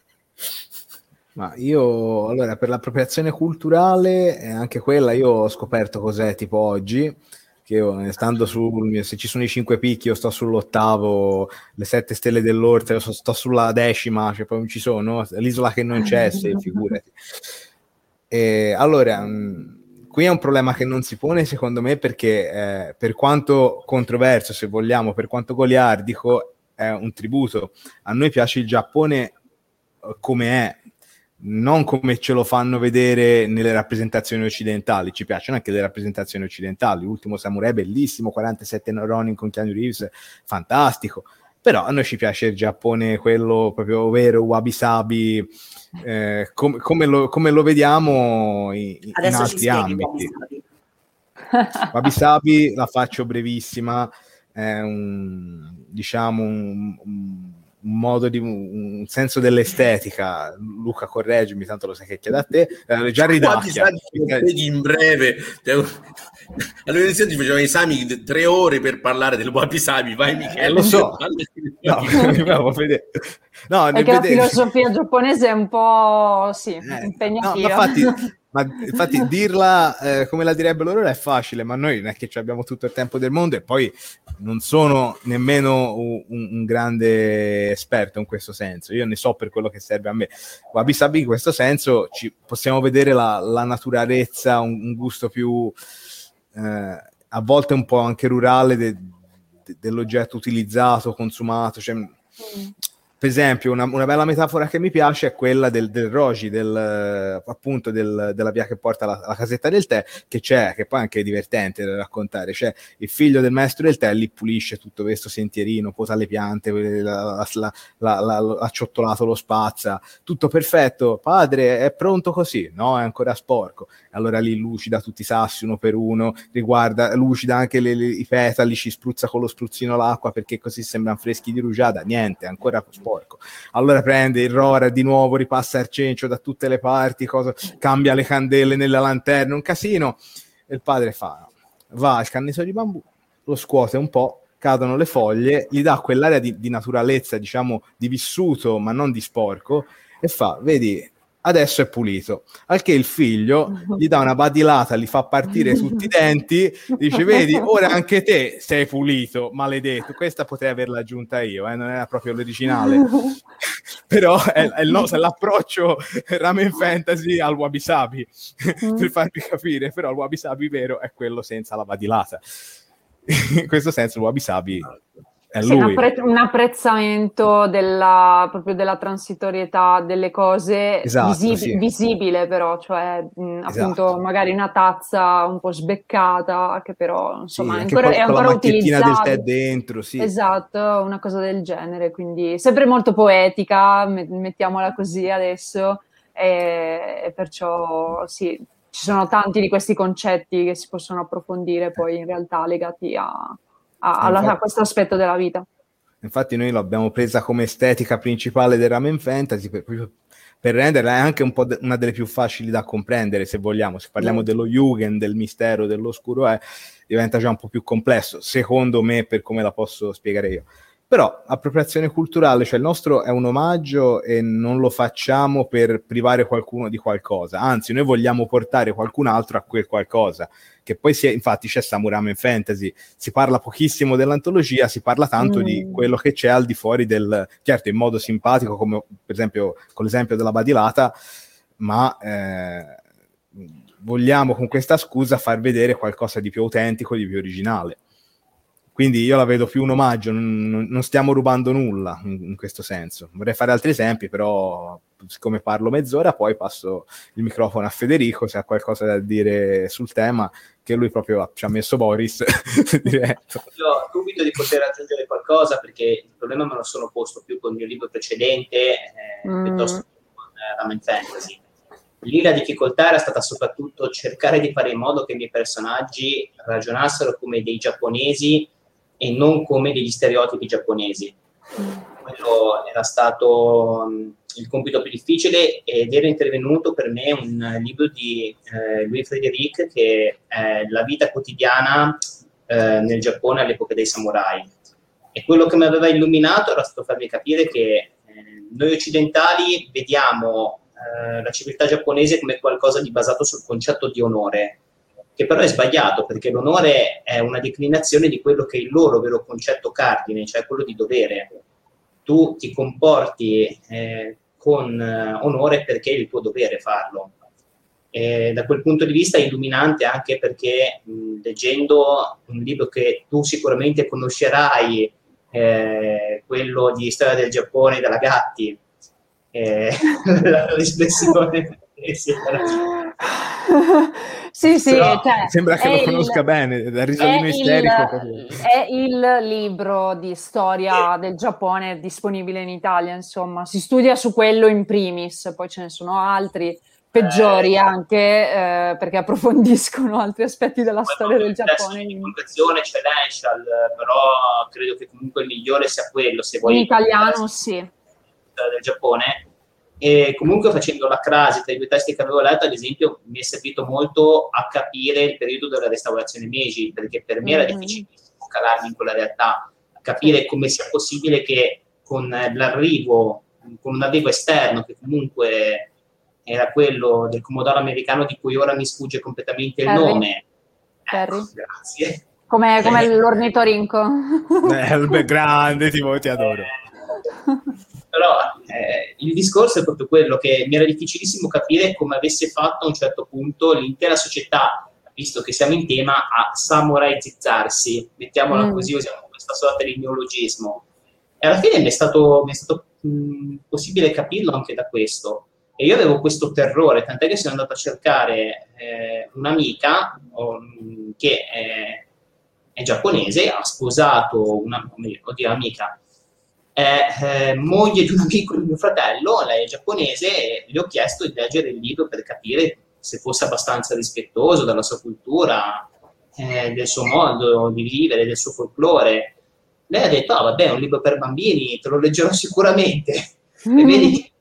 Ma io, allora, per l'appropriazione culturale, eh, anche quella io ho scoperto cos'è tipo oggi, che io, stando sul, se ci sono i cinque picchi io sto sull'ottavo, le sette stelle dell'Orte io sto, sto sulla decima, cioè poi non ci sono, l'isola che non c'è, se figurati. E, allora, mh, qui è un problema che non si pone secondo me, perché eh, per quanto controverso, se vogliamo, per quanto goliardico, è un tributo. A noi piace il Giappone come è, non come ce lo fanno vedere nelle rappresentazioni occidentali. Ci piacciono anche le rappresentazioni occidentali. L'ultimo Samurai è bellissimo, quarantasette Ronin con Keanu Reeves, fantastico, Però a noi ci piace il Giappone, quello proprio vero, wabi-sabi, eh, com- come, lo, come lo vediamo in, in altri ambiti. Wabi-sabi la faccio brevissima, è un, diciamo, un, un un modo di un senso dell'estetica. Luca, correggimi, tanto lo sai che chiede a te. Eh, già ridacchia in breve. All'università ti facevano esami di tre ore per parlare del wabi-sabi. Vai, Michele. Eh, lo so. No, no, perché la filosofia giapponese è un po' sì, eh, impegnativa. No, infatti, ma infatti dirla eh, come la direbbero loro è facile, ma noi non è che abbiamo tutto il tempo del mondo, e poi non sono nemmeno un, un grande esperto in questo senso. Io ne so per quello che serve a me. Wabi-sabi in questo senso ci possiamo vedere la, la naturalezza, un, un gusto più eh, a volte un po' anche rurale de, de, dell'oggetto utilizzato, consumato, cioè, mm. Per esempio, una, una bella metafora che mi piace è quella del, del Roji, del, appunto del, della via che porta alla, alla casetta del tè, che c'è, che poi anche è divertente da raccontare. C'è il figlio del maestro del tè, lì pulisce tutto questo sentierino, posa le piante, l'ha acciottolato, lo spazza, tutto perfetto. Padre, è pronto così? No, è ancora sporco. Allora lì lucida tutti i sassi uno per uno, riguarda, lucida anche le, le, i petali, ci spruzza con lo spruzzino l'acqua perché così sembrano freschi di rugiada. Niente, ancora sporco. Allora prende il Rora di nuovo, ripassa il cencio da tutte le parti, cosa, cambia le candele nella lanterna, un casino. E il padre fa, va al canneto di bambù, lo scuote un po', cadono le foglie, gli dà quell'area di, di naturalezza, diciamo, di vissuto, ma non di sporco, e fa, vedi, adesso è pulito. Al che il figlio gli dà una badilata, gli fa partire tutti i denti, dice, vedi, ora anche te sei pulito, maledetto. Questa potrei averla aggiunta io, eh? Non era proprio l'originale. Però è, è, il nostro, è l'approccio ramen fantasy al wabi-sabi, per farvi capire. Però il wabi-sabi vero è quello senza la badilata. In questo senso il wabi-sabi è sì, lui. Un, appre- un apprezzamento della, proprio della transitorietà delle cose, esatto, visib- sì. visibile però, cioè mh, esatto. appunto magari una tazza un po' sbeccata che però insomma sì, è ancora, con, è ancora con la macchettina del tè utilizzabile. dentro, sì. Esatto, una cosa del genere, quindi sempre molto poetica, mettiamola così adesso, e, e perciò sì, ci sono tanti di questi concetti che si possono approfondire poi in realtà legati a A, alla, infatti, a questo aspetto della vita. Infatti noi l'abbiamo presa come estetica principale del ramen fantasy per, per renderla anche un po' de- una delle più facili da comprendere, se vogliamo. Se parliamo mm. dello Jugend, del mistero, dell'oscuro, è, diventa già un po' più complesso, secondo me, per come la posso spiegare io. Però appropriazione culturale, cioè il nostro è un omaggio e non lo facciamo per privare qualcuno di qualcosa, anzi noi vogliamo portare qualcun altro a quel qualcosa, che poi si è, infatti c'è Samuramen Fantasy, si parla pochissimo dell'antologia, si parla tanto mm. di quello che c'è al di fuori del, certo in modo simpatico, come per esempio con l'esempio della badilata, ma eh, vogliamo con questa scusa far vedere qualcosa di più autentico, di più originale. Quindi io la vedo più un omaggio, non, non stiamo rubando nulla in, in questo senso. Vorrei fare altri esempi, però siccome parlo mezz'ora, poi passo il microfono a Federico, se ha qualcosa da dire sul tema, che lui proprio ci ha messo Boris diretto. Io dubito di poter aggiungere qualcosa, perché il problema me lo sono posto più con il mio libro precedente, eh, mm. piuttosto che con eh, Ramen Fantasy. Lì la difficoltà era stata soprattutto cercare di fare in modo che i miei personaggi ragionassero come dei giapponesi e non come degli stereotipi giapponesi. Quello era stato um, il compito più difficile, ed era intervenuto per me un libro di eh, Louis Frédéric, che è la vita quotidiana eh, nel Giappone all'epoca dei samurai. E quello che mi aveva illuminato era stato farmi capire che eh, noi occidentali vediamo eh, la civiltà giapponese come qualcosa di basato sul concetto di onore, che però è sbagliato, perché l'onore è una declinazione di quello che è il loro vero concetto cardine, cioè quello di dovere. Tu ti comporti eh, con eh, onore perché è il tuo dovere farlo. E da quel punto di vista è illuminante, anche perché mh, leggendo un libro che tu sicuramente conoscerai, eh, quello di Storia del Giappone della Gatti, eh, la riflessione eh, sì, Sì, sì, Però cioè, sembra che è lo conosca il, bene, dal è risolino il, isterico. proprio. è il libro di storia del Giappone disponibile in Italia, insomma, si studia su quello in primis, poi ce ne sono altri peggiori Eh, anche, eh, perché approfondiscono altri aspetti della poi storia proprio del il testo Giappone di in, divulgazione c'è l'Enscial, però credo che comunque il migliore sia quello, se in vuoi italiano, sì. del Giappone. E comunque facendo la crasi tra i due testi che avevo letto, ad esempio, mi è servito molto a capire il periodo della restaurazione Meiji, perché per me era Mm-hmm. difficilissimo calarmi in quella realtà, capire Sì. come sia possibile che con l'arrivo, con un arrivo esterno che comunque era quello del Commodore americano di cui ora mi sfugge completamente il Perry? nome. Perry? Ecco, grazie. Come, come Eh, l'ornitorinco. Eh, beh, grande, tipo, ti adoro. Però eh, il discorso è proprio quello che mi era difficilissimo capire come avesse fatto a un certo punto l'intera società, visto che siamo in tema, a samuraizzarsi, mettiamola Mm. così, usiamo questa sorta di neologismo. E alla fine mi è stato, mi è stato mh, possibile capirlo anche da questo. E io avevo questo terrore, tant'è che sono andato a cercare eh, un'amica oh, mh, che è, è giapponese, ha sposato una, oddio, amica, è eh, moglie di un amico di mio fratello, lei è giapponese, e le ho chiesto di leggere il libro per capire se fosse abbastanza rispettoso della sua cultura, eh, del suo modo di vivere, del suo folklore. Lei ha detto, ah vabbè, è un libro per bambini, te lo leggerò sicuramente. E vedi,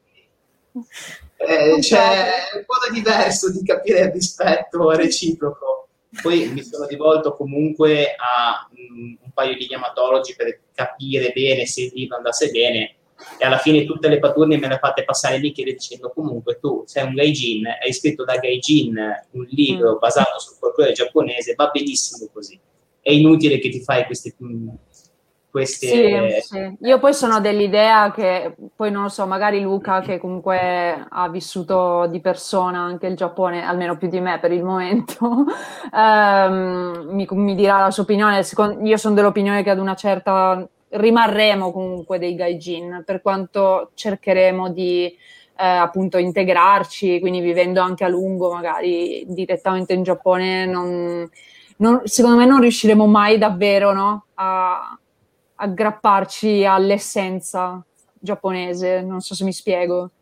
eh, c'è un modo diverso di capire il rispetto reciproco. Poi mi sono rivolto comunque a um, un paio di yamatologi per capire bene se il libro andasse bene, e alla fine tutte le paturne me le fate passare Michele dicendo comunque tu sei un gaijin, hai scritto da gaijin un libro mm. basato sul folklore giapponese, va benissimo così, è inutile che ti fai queste... queste... Sì, sì. Io poi sono dell'idea che, poi non lo so, magari Luca che comunque ha vissuto di persona anche il Giappone, almeno più di me per il momento, ehm, mi, mi dirà la sua opinione. Secondo, io sono dell'opinione che ad una certa rimarremo comunque dei gaijin, per quanto cercheremo di eh, appunto integrarci, quindi vivendo anche a lungo magari direttamente in Giappone, non, non, secondo me non riusciremo mai davvero, no, a aggrapparci all'essenza giapponese, non so se mi spiego.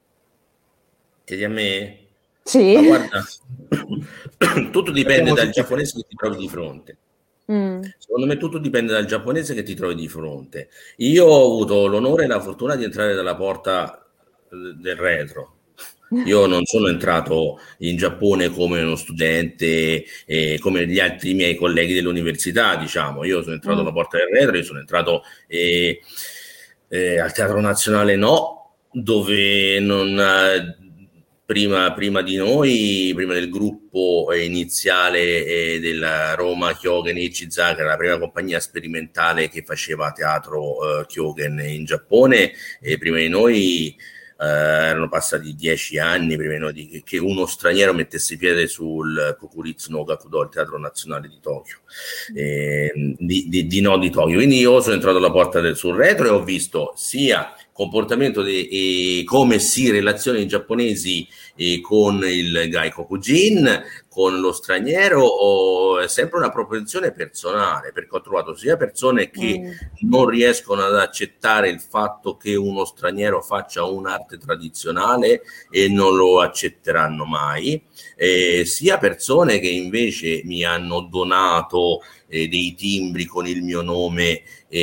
Chiedi a me? Sì. Ma guarda, tutto dipende dal giapponese che ti trovi di fronte. Mm. Secondo me tutto dipende dal giapponese che ti trovi di fronte. Io ho avuto l'onore e la fortuna di entrare dalla porta del retro. Io non sono entrato in Giappone come uno studente, eh, come gli altri miei colleghi dell'università, diciamo. Io sono entrato alla mm. porta del retro, io sono entrato eh, eh, al Teatro Nazionale No, dove non... Eh, Prima, prima di noi, prima del gruppo iniziale eh, della Roma Kyogen Ichizaka, che era la prima compagnia sperimentale che faceva teatro eh, Kyogen in Giappone, e prima di noi eh, erano passati dieci anni prima di noi di, che uno straniero mettesse piede sul Kokuritsu no Gakudo, il Teatro Nazionale di Tokyo, eh, di, di, di no di Tokyo. Quindi io sono entrato alla porta del sul retro e ho visto sia comportamento di come si relazionano i giapponesi eh, con il Gaikokujin, con lo straniero, o è sempre una propensione personale, perché ho trovato sia persone che mm. non riescono ad accettare il fatto che uno straniero faccia un'arte tradizionale e non lo accetteranno mai, eh, sia persone che invece mi hanno donato eh, dei timbri con il mio nome,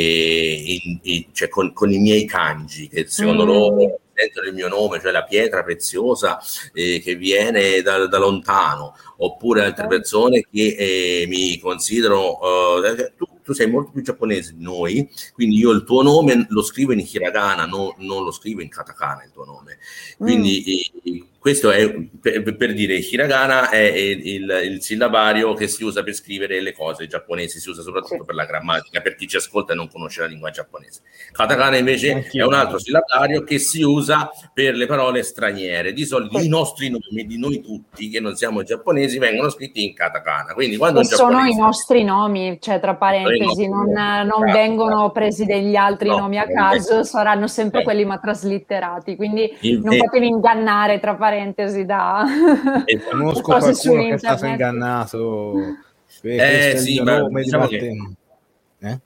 e, e, e, cioè con, con i miei kanji, che secondo mm. loro sentono il mio nome, cioè la pietra preziosa eh, che viene da, da lontano, oppure altre persone che eh, mi considerano uh, tu, tu sei molto più giapponese di noi, quindi io il tuo nome lo scrivo in hiragana, no, non lo scrivo in katakana il tuo nome, quindi mm. eh, questo è per, per dire, hiragana è il, il sillabario che si usa per scrivere le cose giapponesi, si usa soprattutto per la grammatica, per chi ci ascolta e non conosce la lingua giapponese. Katakana invece Anch'io. È un altro sillabario che si usa per le parole straniere. Di solito i nostri nomi, di noi tutti che non siamo giapponesi, vengono scritti in katakana. Quindi quando e sono i nostri nomi, cioè tra parentesi, non, non vengono presi degli altri no, nomi a caso, saranno sempre quelli ma traslitterati, quindi non fatevi ingannare tra parentesi parentesi da e conosco qualcuno che è stato ingannato. Eh, eh sì, ma diciamo che eh?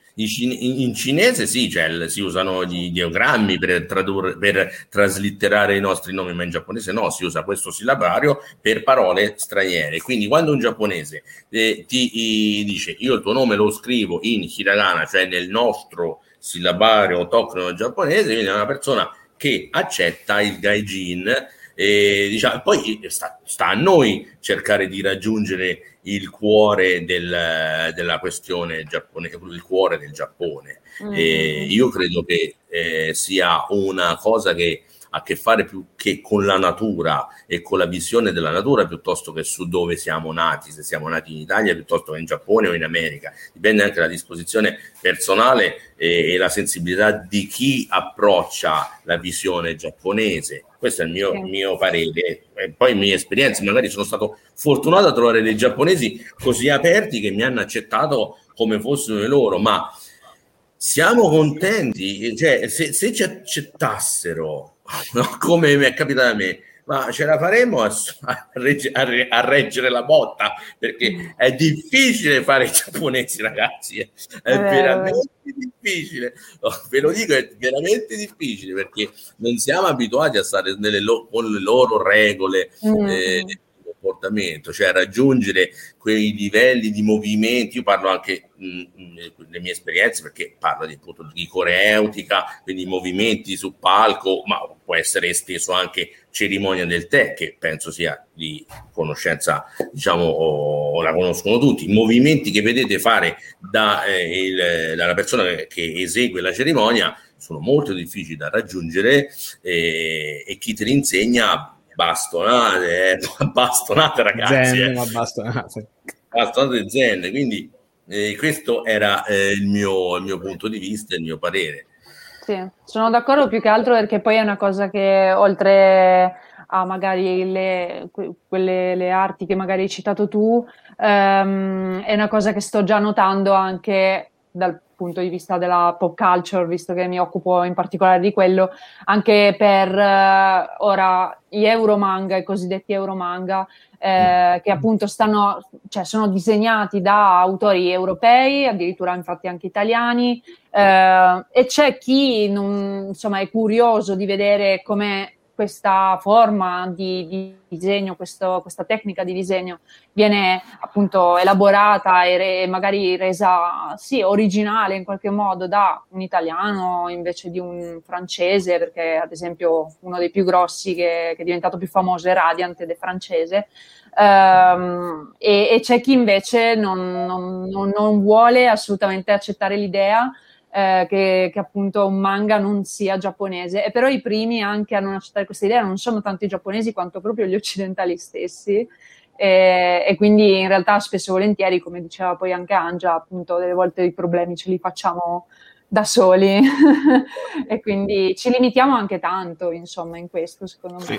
in cinese sì, cioè, si usano gli ideogrammi per tradurre, per traslitterare i nostri nomi, ma in giapponese no, si usa questo sillabario per parole straniere. Quindi quando un giapponese eh, ti eh, dice io il tuo nome lo scrivo in hiragana, cioè nel nostro sillabario autoctono giapponese, quindi è una persona che accetta il gaijin. E, diciamo, poi sta, sta a noi cercare di raggiungere il cuore del, della questione giapponese, il cuore del Giappone. Mm. E io credo che eh, sia una cosa che ha a che fare più che con la natura e con la visione della natura piuttosto che su dove siamo nati, se siamo nati in Italia piuttosto che in Giappone o in America. Dipende anche dalla disposizione personale e, e la sensibilità di chi approccia la visione giapponese. Questo è il mio, okay. mio parere. E poi le mie esperienze, magari sono stato fortunato a trovare dei giapponesi così aperti che mi hanno accettato come fossero le loro, ma siamo contenti, cioè se, se ci accettassero, no, come mi è capitato a me, ma ce la faremo a, a, regge, a, a reggere la botta, perché è difficile fare i giapponesi, ragazzi, è, è eh, veramente eh. difficile, no, ve lo dico, è veramente difficile, perché non siamo abituati a stare nelle lo, con le loro regole mm. eh, di comportamento, cioè a raggiungere quei livelli di movimenti. Io parlo anche nelle mie esperienze, perché parlo di, appunto, di coreutica, quindi movimenti su palco, ma può essere esteso anche cerimonia del tè, che penso sia di conoscenza, diciamo, o, o la conoscono tutti. I movimenti che vedete fare da, eh, il, dalla persona che esegue la cerimonia sono molto difficili da raggiungere, eh, e chi te li insegna bastonate, eh, bastonate ragazzi, zen, eh. ma bastonate. bastonate zen, quindi eh, questo era eh, il, mio, il mio punto di vista, il mio parere. Sì, sono d'accordo, più che altro perché poi è una cosa che oltre a magari le, quelle le arti che magari hai citato tu, ehm, è una cosa che sto già notando anche dal punto di vista della pop culture, visto che mi occupo in particolare di quello, anche per eh, ora gli euromanga, i cosiddetti euromanga, eh, che appunto stanno, cioè sono disegnati da autori europei, addirittura infatti anche italiani, eh, e c'è chi non, insomma, è curioso di vedere come questa forma di, di disegno, questo, questa tecnica di disegno viene appunto elaborata e re, magari resa sì, originale in qualche modo da un italiano invece di un francese, perché ad esempio uno dei più grossi che, che è diventato più famoso è Radiant ed è francese, um, e, e c'è chi invece non, non, non, non vuole assolutamente accettare l'idea Eh, che, che appunto un manga non sia giapponese, e però i primi anche a non accettare questa idea non sono tanto i giapponesi quanto proprio gli occidentali stessi, e, e quindi in realtà spesso e volentieri, come diceva poi anche Angia, appunto delle volte i problemi ce li facciamo da soli e quindi ci limitiamo anche tanto, insomma, in questo, secondo me. Sì.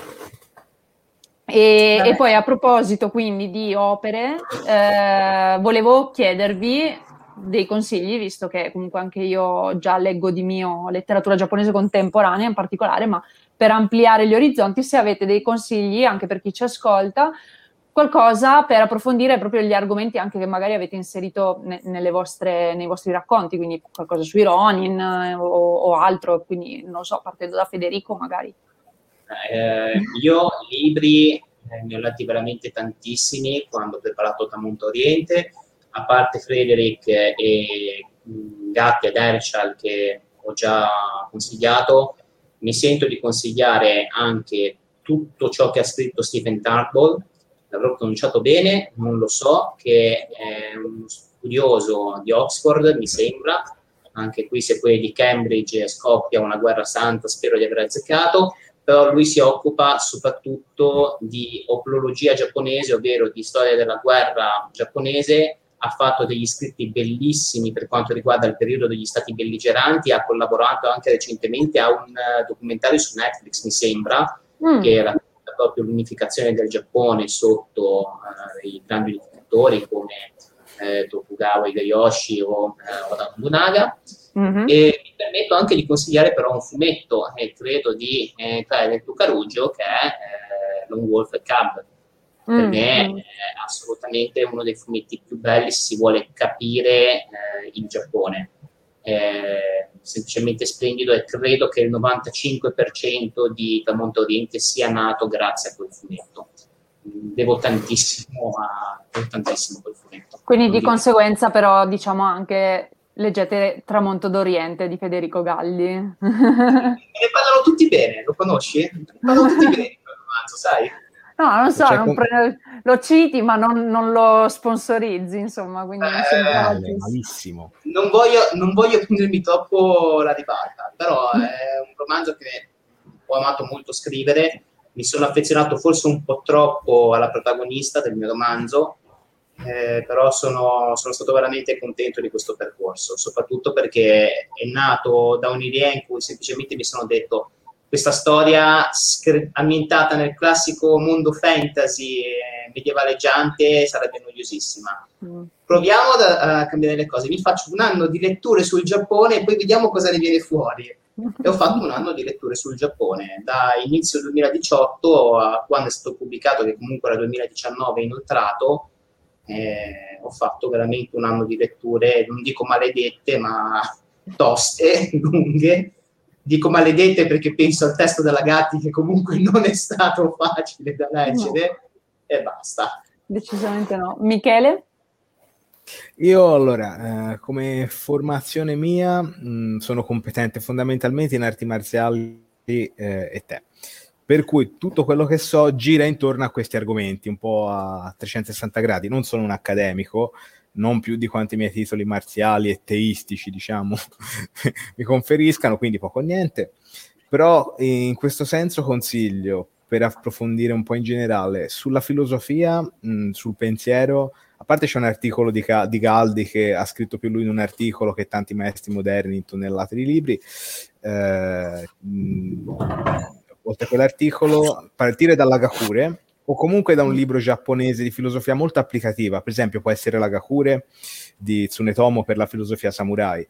E, e poi a proposito quindi di opere, eh, volevo chiedervi dei consigli, visto che comunque anche io già leggo di mio letteratura giapponese contemporanea in particolare, ma per ampliare gli orizzonti, se avete dei consigli anche per chi ci ascolta, qualcosa per approfondire proprio gli argomenti anche che magari avete inserito ne, nelle vostre, nei vostri racconti, quindi qualcosa sui Ronin eh, o, o altro, quindi non so, partendo da Federico magari. Eh, io libri eh, ne ho letti veramente tantissimi quando ho preparato Tramonto Oriente, a parte Frederick e Gatti ed Herschel che ho già consigliato, mi sento di consigliare anche tutto ciò che ha scritto Stephen Turnbull, l'avrò pronunciato bene, non lo so, che è uno studioso di Oxford, mi sembra, anche qui se poi di Cambridge scoppia una guerra santa, spero di aver azzeccato, però lui si occupa soprattutto di oplologia giapponese, ovvero di storia della guerra giapponese. Ha fatto degli scritti bellissimi per quanto riguarda il periodo degli stati belligeranti, ha collaborato anche recentemente a un documentario su Netflix, mi sembra, mm. che era proprio l'unificazione del Giappone sotto uh, i grandi dittatori come eh, Tokugawa Hideyoshi o eh, Oda Nobunaga. Mm-hmm. E mi permetto anche di consigliare però un fumetto, eh, credo di eh, Taira del Tucaruggio, che è Lone Wolf e Cub. Per Mm, me mm. è assolutamente uno dei fumetti più belli se si vuole capire eh, il Giappone. È semplicemente splendido e credo che il novantacinque per cento di Tramonto Oriente sia nato grazie a quel fumetto. Devo tantissimo a devo tantissimo a quel fumetto. Quindi Non di dico- conseguenza però diciamo anche leggete Tramonto d'Oriente di Federico Galli. Ne parlano tutti bene, lo conosci? Ne parlano tutti bene di quel romanzo, sai? No, non so, Cioè, non com- pre- lo citi ma non, non lo sponsorizzi, insomma, quindi mi sembra Eh, male, altissimo. malissimo. Non voglio, non voglio prendermi troppo la ribalta, però è un romanzo che ho amato molto scrivere. Mi sono affezionato forse un po' troppo alla protagonista del mio romanzo, eh, però sono, sono stato veramente contento di questo percorso, soprattutto perché è nato da un'idea in cui semplicemente mi sono detto: questa storia scr- ambientata nel classico mondo fantasy eh, medievaleggiante sarebbe noiosissima. Mm. Proviamo ad- a cambiare le cose. Mi faccio un anno di letture sul Giappone e poi vediamo cosa ne viene fuori. E ho fatto un anno di letture sul Giappone, da inizio duemiladiciotto a quando è stato pubblicato, che comunque era duemiladiciannove inoltrato. Eh, ho fatto veramente un anno di letture, non dico maledette, ma toste, lunghe. Dico maledette perché penso al testo della Gatti, che comunque non è stato facile da leggere, e basta. Decisamente no. Michele? Io allora, eh, come formazione mia, mh, sono competente fondamentalmente in arti marziali eh, e te. Per cui tutto quello che so gira intorno a questi argomenti, un po' a trecentosessanta gradi. Non sono un accademico, non più di quanti miei titoli marziali e teistici, diciamo, mi conferiscano, quindi poco o niente. Però in questo senso consiglio, per approfondire un po' in generale, sulla filosofia, mh, sul pensiero. A parte c'è un articolo di, Ca- di Galdi che ha scritto più lui in un articolo che tanti maestri moderni in tonnellate di libri. Eh, mh, oltre a quell'articolo, partire dalla Gakure o comunque da un libro giapponese di filosofia molto applicativa, per esempio può essere la Gakure di Tsunetomo per la filosofia samurai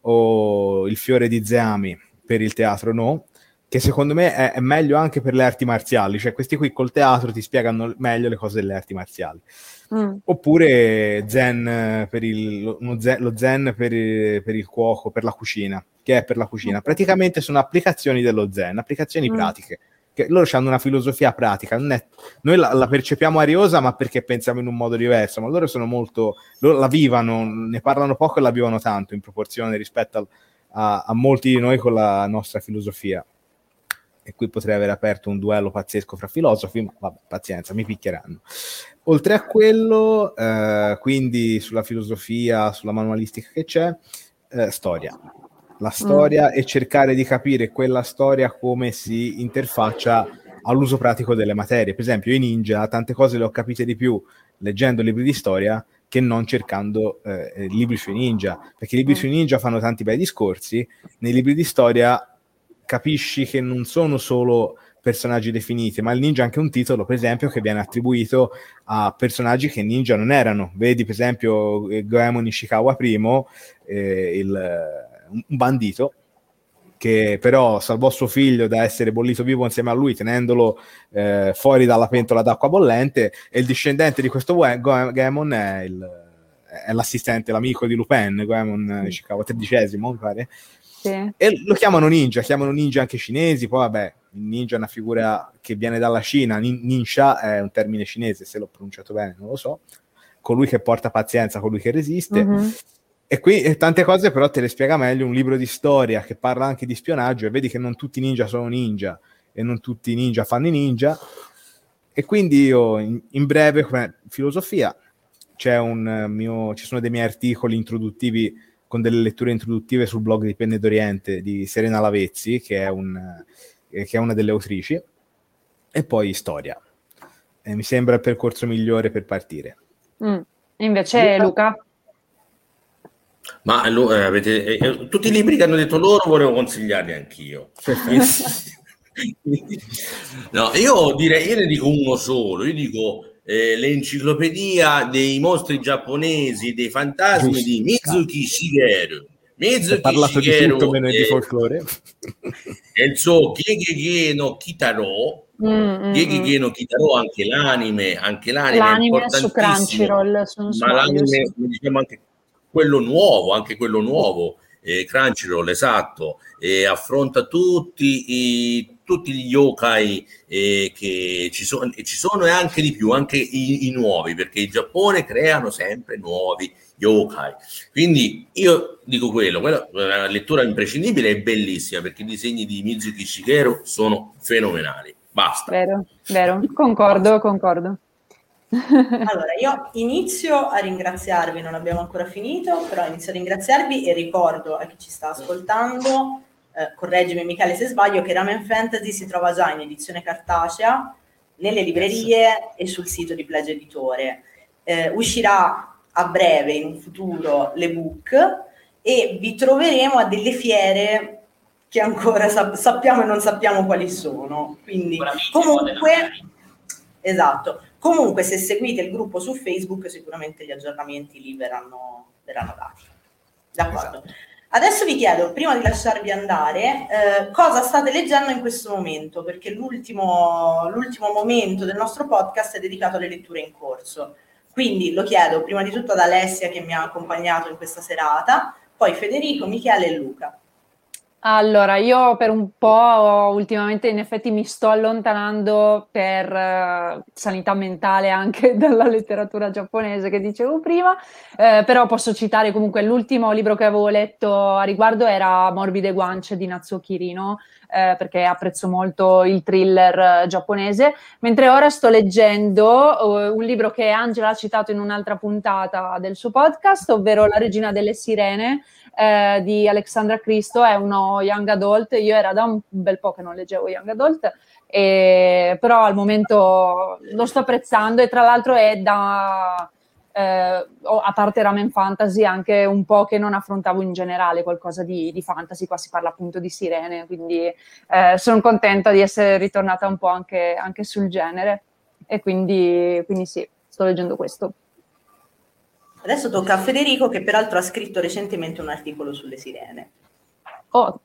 o Il fiore di Zeami per il teatro no, che secondo me è, è meglio anche per le arti marziali, cioè questi qui col teatro ti spiegano meglio le cose delle arti marziali. Mm. Oppure zen per il, lo, zen, lo zen per il, per il cuoco, per la cucina, che è per la cucina. Okay. Praticamente sono applicazioni dello zen, applicazioni mm. pratiche. Che loro hanno una filosofia pratica, non è, noi la, la percepiamo ariosa ma perché pensiamo in un modo diverso, ma loro sono molto, loro la vivono, ne parlano poco e la vivono tanto in proporzione rispetto al, a, a molti di noi con la nostra filosofia. E qui potrei aver aperto un duello pazzesco fra filosofi, ma vabbè, pazienza, mi picchieranno. Oltre a quello, eh, quindi sulla filosofia, sulla manualistica che c'è, eh, storia. La storia mm. e cercare di capire quella storia come si interfaccia all'uso pratico delle materie. Per esempio, i ninja, tante cose le ho capite di più leggendo libri di storia che non cercando eh, libri sui ninja, perché i libri mm. sui ninja fanno tanti bei discorsi, nei libri di storia capisci che non sono solo personaggi definiti, ma il ninja è anche un titolo, per esempio, che viene attribuito a personaggi che ninja non erano. Vedi, per esempio, Goemon Ishikawa I, eh, il, un bandito, che però salvò suo figlio da essere bollito vivo insieme a lui, tenendolo eh, fuori dalla pentola d'acqua bollente, e il discendente di questo Goemon è, il, è l'assistente, l'amico di Lupin, Goemon Ishikawa tredicesimo, mi pare. Sì. E lo chiamano ninja, chiamano ninja anche cinesi, poi vabbè, ninja è una figura che viene dalla Cina, nin- ninja è un termine cinese, se l'ho pronunciato bene non lo so, colui che porta pazienza, colui che resiste, mm-hmm. e qui e tante cose però te le spiega meglio un libro di storia che parla anche di spionaggio, e vedi che non tutti i ninja sono ninja e non tutti i ninja fanno i ninja, e quindi io in, in breve, come filosofia, c'è un mio, ci sono dei miei articoli introduttivi con delle letture introduttive sul blog di Penne d'Oriente di Serena Lavezzi, che è, un, eh, che è una delle autrici, e poi storia. Eh, mi sembra il percorso migliore per partire. Mm. Invece Luca? Luca? Ma eh, avete eh, tutti i libri che hanno detto loro volevo consigliarli anch'io. No, io direi, io ne dico uno solo, io dico Eh, l'enciclopedia dei mostri giapponesi, dei fantasmi Giusto. Di Mizuki Shigeru. Mizuki parlato Shigeru di tutto meno è, di folklore. è il suo Gegege no Kitaro, Mm, Geki no Kitaro, anche l'anime, anche l'anime, l'anime è su importantissimo, Crunchyroll, se non ma sbaglio, l'anime, sì. diciamo anche quello nuovo, anche quello nuovo, eh, Crunchyroll, esatto, e affronta tutti i, tutti gli yokai eh, che ci sono, e ci sono e anche di più, anche i, i nuovi, perché il Giappone creano sempre nuovi yokai. Quindi io dico quello, quella è una lettura imprescindibile e bellissima, perché i disegni di Mizuki Shigeru sono fenomenali. Basta. Vero, vero, concordo, concordo. Allora, io inizio a ringraziarvi, non abbiamo ancora finito, però inizio a ringraziarvi e ricordo a chi ci sta ascoltando, eh, correggimi Michele se sbaglio, che Ramen Fantasy si trova già in edizione cartacea, nelle librerie yes. e sul sito di Pledge Editore. Eh, uscirà a breve, in un futuro, l'ebook e vi troveremo a delle fiere che ancora sap- sappiamo e non sappiamo quali sono. Quindi, comunque, esatto. Comunque, se seguite il gruppo su Facebook, sicuramente gli aggiornamenti lì verranno, verranno dati. D'accordo. Esatto. Adesso vi chiedo, prima di lasciarvi andare, eh, cosa state leggendo in questo momento, perché l'ultimo, l'ultimo momento del nostro podcast è dedicato alle letture in corso. Quindi lo chiedo prima di tutto ad Alessia, che mi ha accompagnato in questa serata, poi Federico, Michele e Luca. Allora, io per un po' ultimamente in effetti mi sto allontanando per uh, sanità mentale anche dalla letteratura giapponese che dicevo prima, eh, però posso citare comunque l'ultimo libro che avevo letto a riguardo era Morbide guance di Natsuo Kirino, eh, perché apprezzo molto il thriller uh, giapponese, mentre ora sto leggendo uh, un libro che Angela ha citato in un'altra puntata del suo podcast, ovvero La regina delle sirene, Eh, di Alexandra Cristo. È uno young adult, io era da un bel po' che non leggevo young adult, e, però al momento lo sto apprezzando e tra l'altro è da, eh, a parte Ramen Fantasy, anche un po' che non affrontavo in generale qualcosa di, di fantasy, qua si parla appunto di sirene, quindi eh, sono contenta di essere ritornata un po' anche, anche sul genere e quindi, quindi sì, sto leggendo questo. Adesso tocca a Federico, che peraltro ha scritto recentemente un articolo sulle sirene. Oh.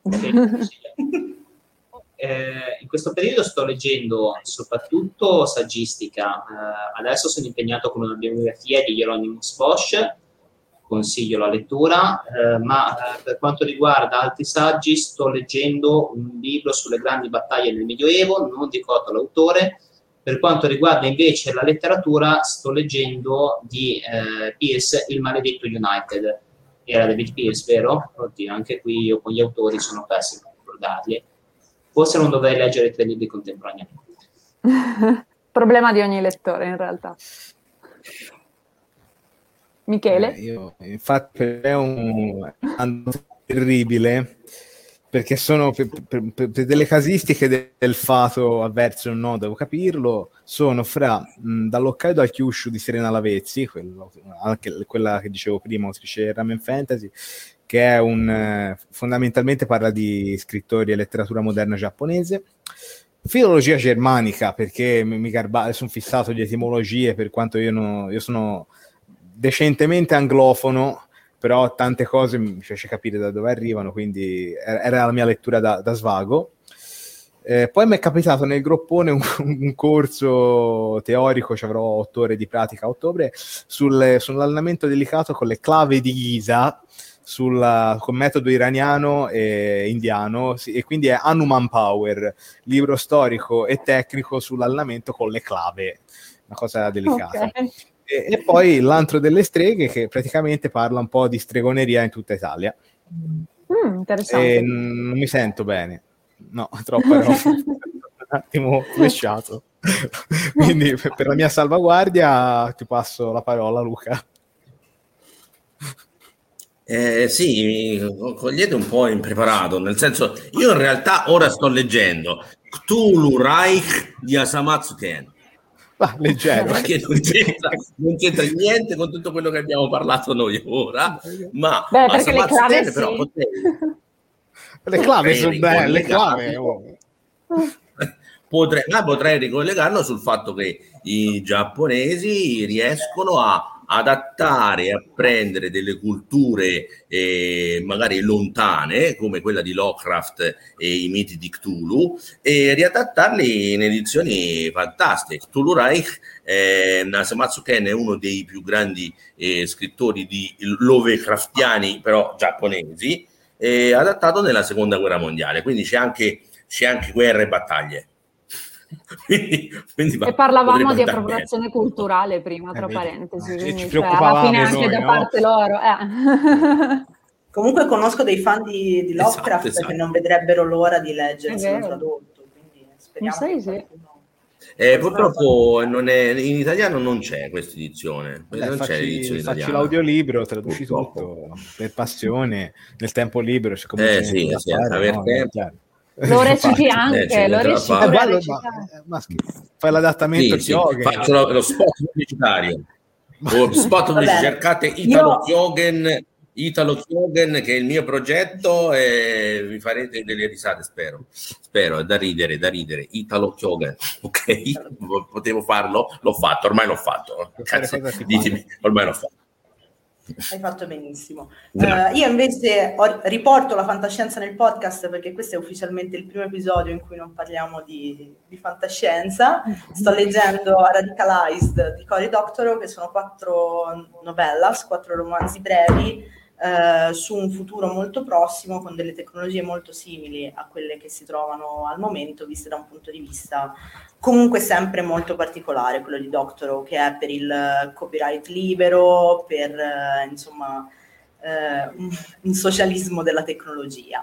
eh, in questo periodo sto leggendo soprattutto saggistica. Eh, adesso sono impegnato con una biografia di Hieronymus Bosch, consiglio la lettura, eh, ma eh, per quanto riguarda altri saggi sto leggendo un libro sulle grandi battaglie del Medioevo, non ricordo l'autore. Per quanto riguarda invece la letteratura, sto leggendo di eh, Pierce Il maledetto United. Era David Pierce, vero? Oddio, anche qui io con gli autori sono pessimo a ricordarli. Forse non dovrei leggere tre libri contemporaneamente. Problema di ogni lettore, in realtà. Michele? Eh, io, infatti, è un anno terribile, perché sono per, per, per delle casistiche del, del fato avverso o no, devo capirlo, sono fra mh, dall'Hokkaido al Kyushu di Serena Lavezzi, quello, anche quella che dicevo prima, autrice Ramen Fantasy, che è un eh, fondamentalmente parla di scrittori e letteratura moderna giapponese, filologia germanica, perché mi, mi garba, sono fissato di etimologie, per quanto io, no, io sono decentemente anglofono, però tante cose mi piace capire da dove arrivano, quindi era la mia lettura da, da svago. Eh, poi mi è capitato nel groppone un, un corso teorico, ci avrò otto ore di pratica a ottobre, sul, sull'allenamento delicato con le clave di Giza, sul con metodo iraniano e indiano, sì, e quindi è Hanuman Power, libro storico e tecnico sull'allenamento con le clave, una cosa delicata. Okay. E poi l'antro delle streghe, che praticamente parla un po' di stregoneria in tutta Italia. Mm, interessante. E non mi sento bene, no, troppo ero un attimo flesciato. Quindi per la mia salvaguardia ti passo la parola, Luca. Eh, sì, cogliete un po' impreparato, nel senso, io in realtà ora sto leggendo Cthulhu Reich di Asamatsu Ken. Ah, leggero, che non c'entra, non c'entra niente con tutto quello che abbiamo parlato noi ora, ma, Beh, ma perché le clave Ken, sì. però potrei, le clave sono belle, le clave potrei, ma potrei ricollegarlo sul fatto che i giapponesi riescono a, adattare e apprendere delle culture eh, magari lontane, come quella di Lovecraft e i miti di Cthulhu, e riadattarli in edizioni fantastiche. Cthulhu Reich, eh, Nsamatsu Ken è uno dei più grandi eh, scrittori di Lovecraftiani, però giapponesi, eh, adattato nella seconda guerra mondiale, quindi c'è anche, c'è anche guerra e battaglie. quindi, quindi e parlavamo di appropriazione bene. culturale prima, tra eh, parentesi, quindi, ci cioè, alla fine anche noi, da no? parte loro eh. Comunque conosco dei fan di, di Lovecraft esatto, esatto. che non vedrebbero l'ora di leggerselo tradotto, quindi speriamo sai, che sì. qualcuno... Eh, purtroppo non è, in italiano non c'è questa edizione, Beh, non facci, c'è l'edizione facci italiana. l'audiolibro, traduci tutto per passione, nel tempo libero c'è come eh, sì, sì, fare, aver no? tempo. Lo reciti anche, eh, lo reciti eh, bello, ma, ma, fai l'adattamento sì, sì. Faccio lo, lo spot pubblicitario. Lo spot pubblicitario, cercate Italo Kyogen, Italo Kyogen, che è il mio progetto, e vi farete delle risate, spero. Spero, è da ridere, da ridere. Italo Kyogen, ok? Potevo farlo? L'ho fatto, ormai l'ho fatto. Cazzo, ditemi, ormai l'ho fatto. Hai fatto benissimo. Uh, io invece ho, riporto la fantascienza nel podcast, perché questo è ufficialmente il primo episodio in cui non parliamo di, di fantascienza. Sto leggendo Radicalized di Cory Doctorow, che sono quattro novellas, quattro romanzi brevi uh, su un futuro molto prossimo, con delle tecnologie molto simili a quelle che si trovano al momento, viste da un punto di vista comunque sempre molto particolare, quello di Doctorow, che è per il copyright libero, per eh, insomma eh, un, un socialismo della tecnologia.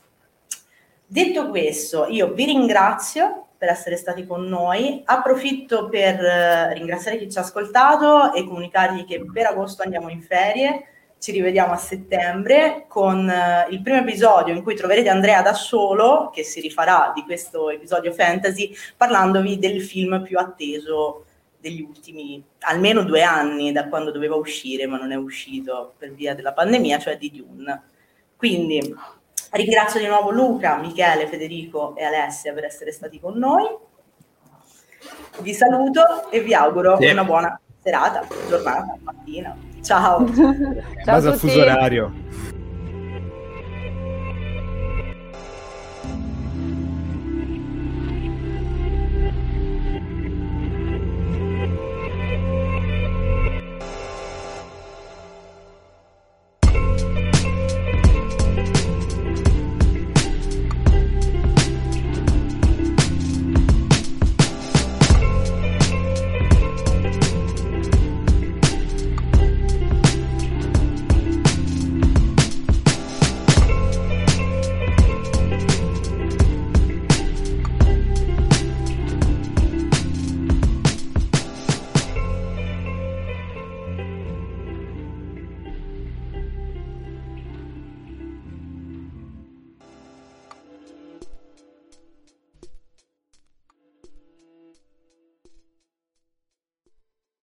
Detto questo, io vi ringrazio per essere stati con noi, approfitto per eh, ringraziare chi ci ha ascoltato e comunicargli che per agosto andiamo in ferie. Ci rivediamo a settembre con uh, il primo episodio in cui troverete Andrea da solo, che si rifarà di questo episodio fantasy, parlandovi del film più atteso degli ultimi almeno due anni, da quando doveva uscire, ma non è uscito per via della pandemia, cioè di Dune. Quindi ringrazio di nuovo Luca, Michele, Federico e Alessia per essere stati con noi. Vi saluto e vi auguro sì. una buona serata, giornata, mattina. Ciao. Ciao a tutti. Fuso orario.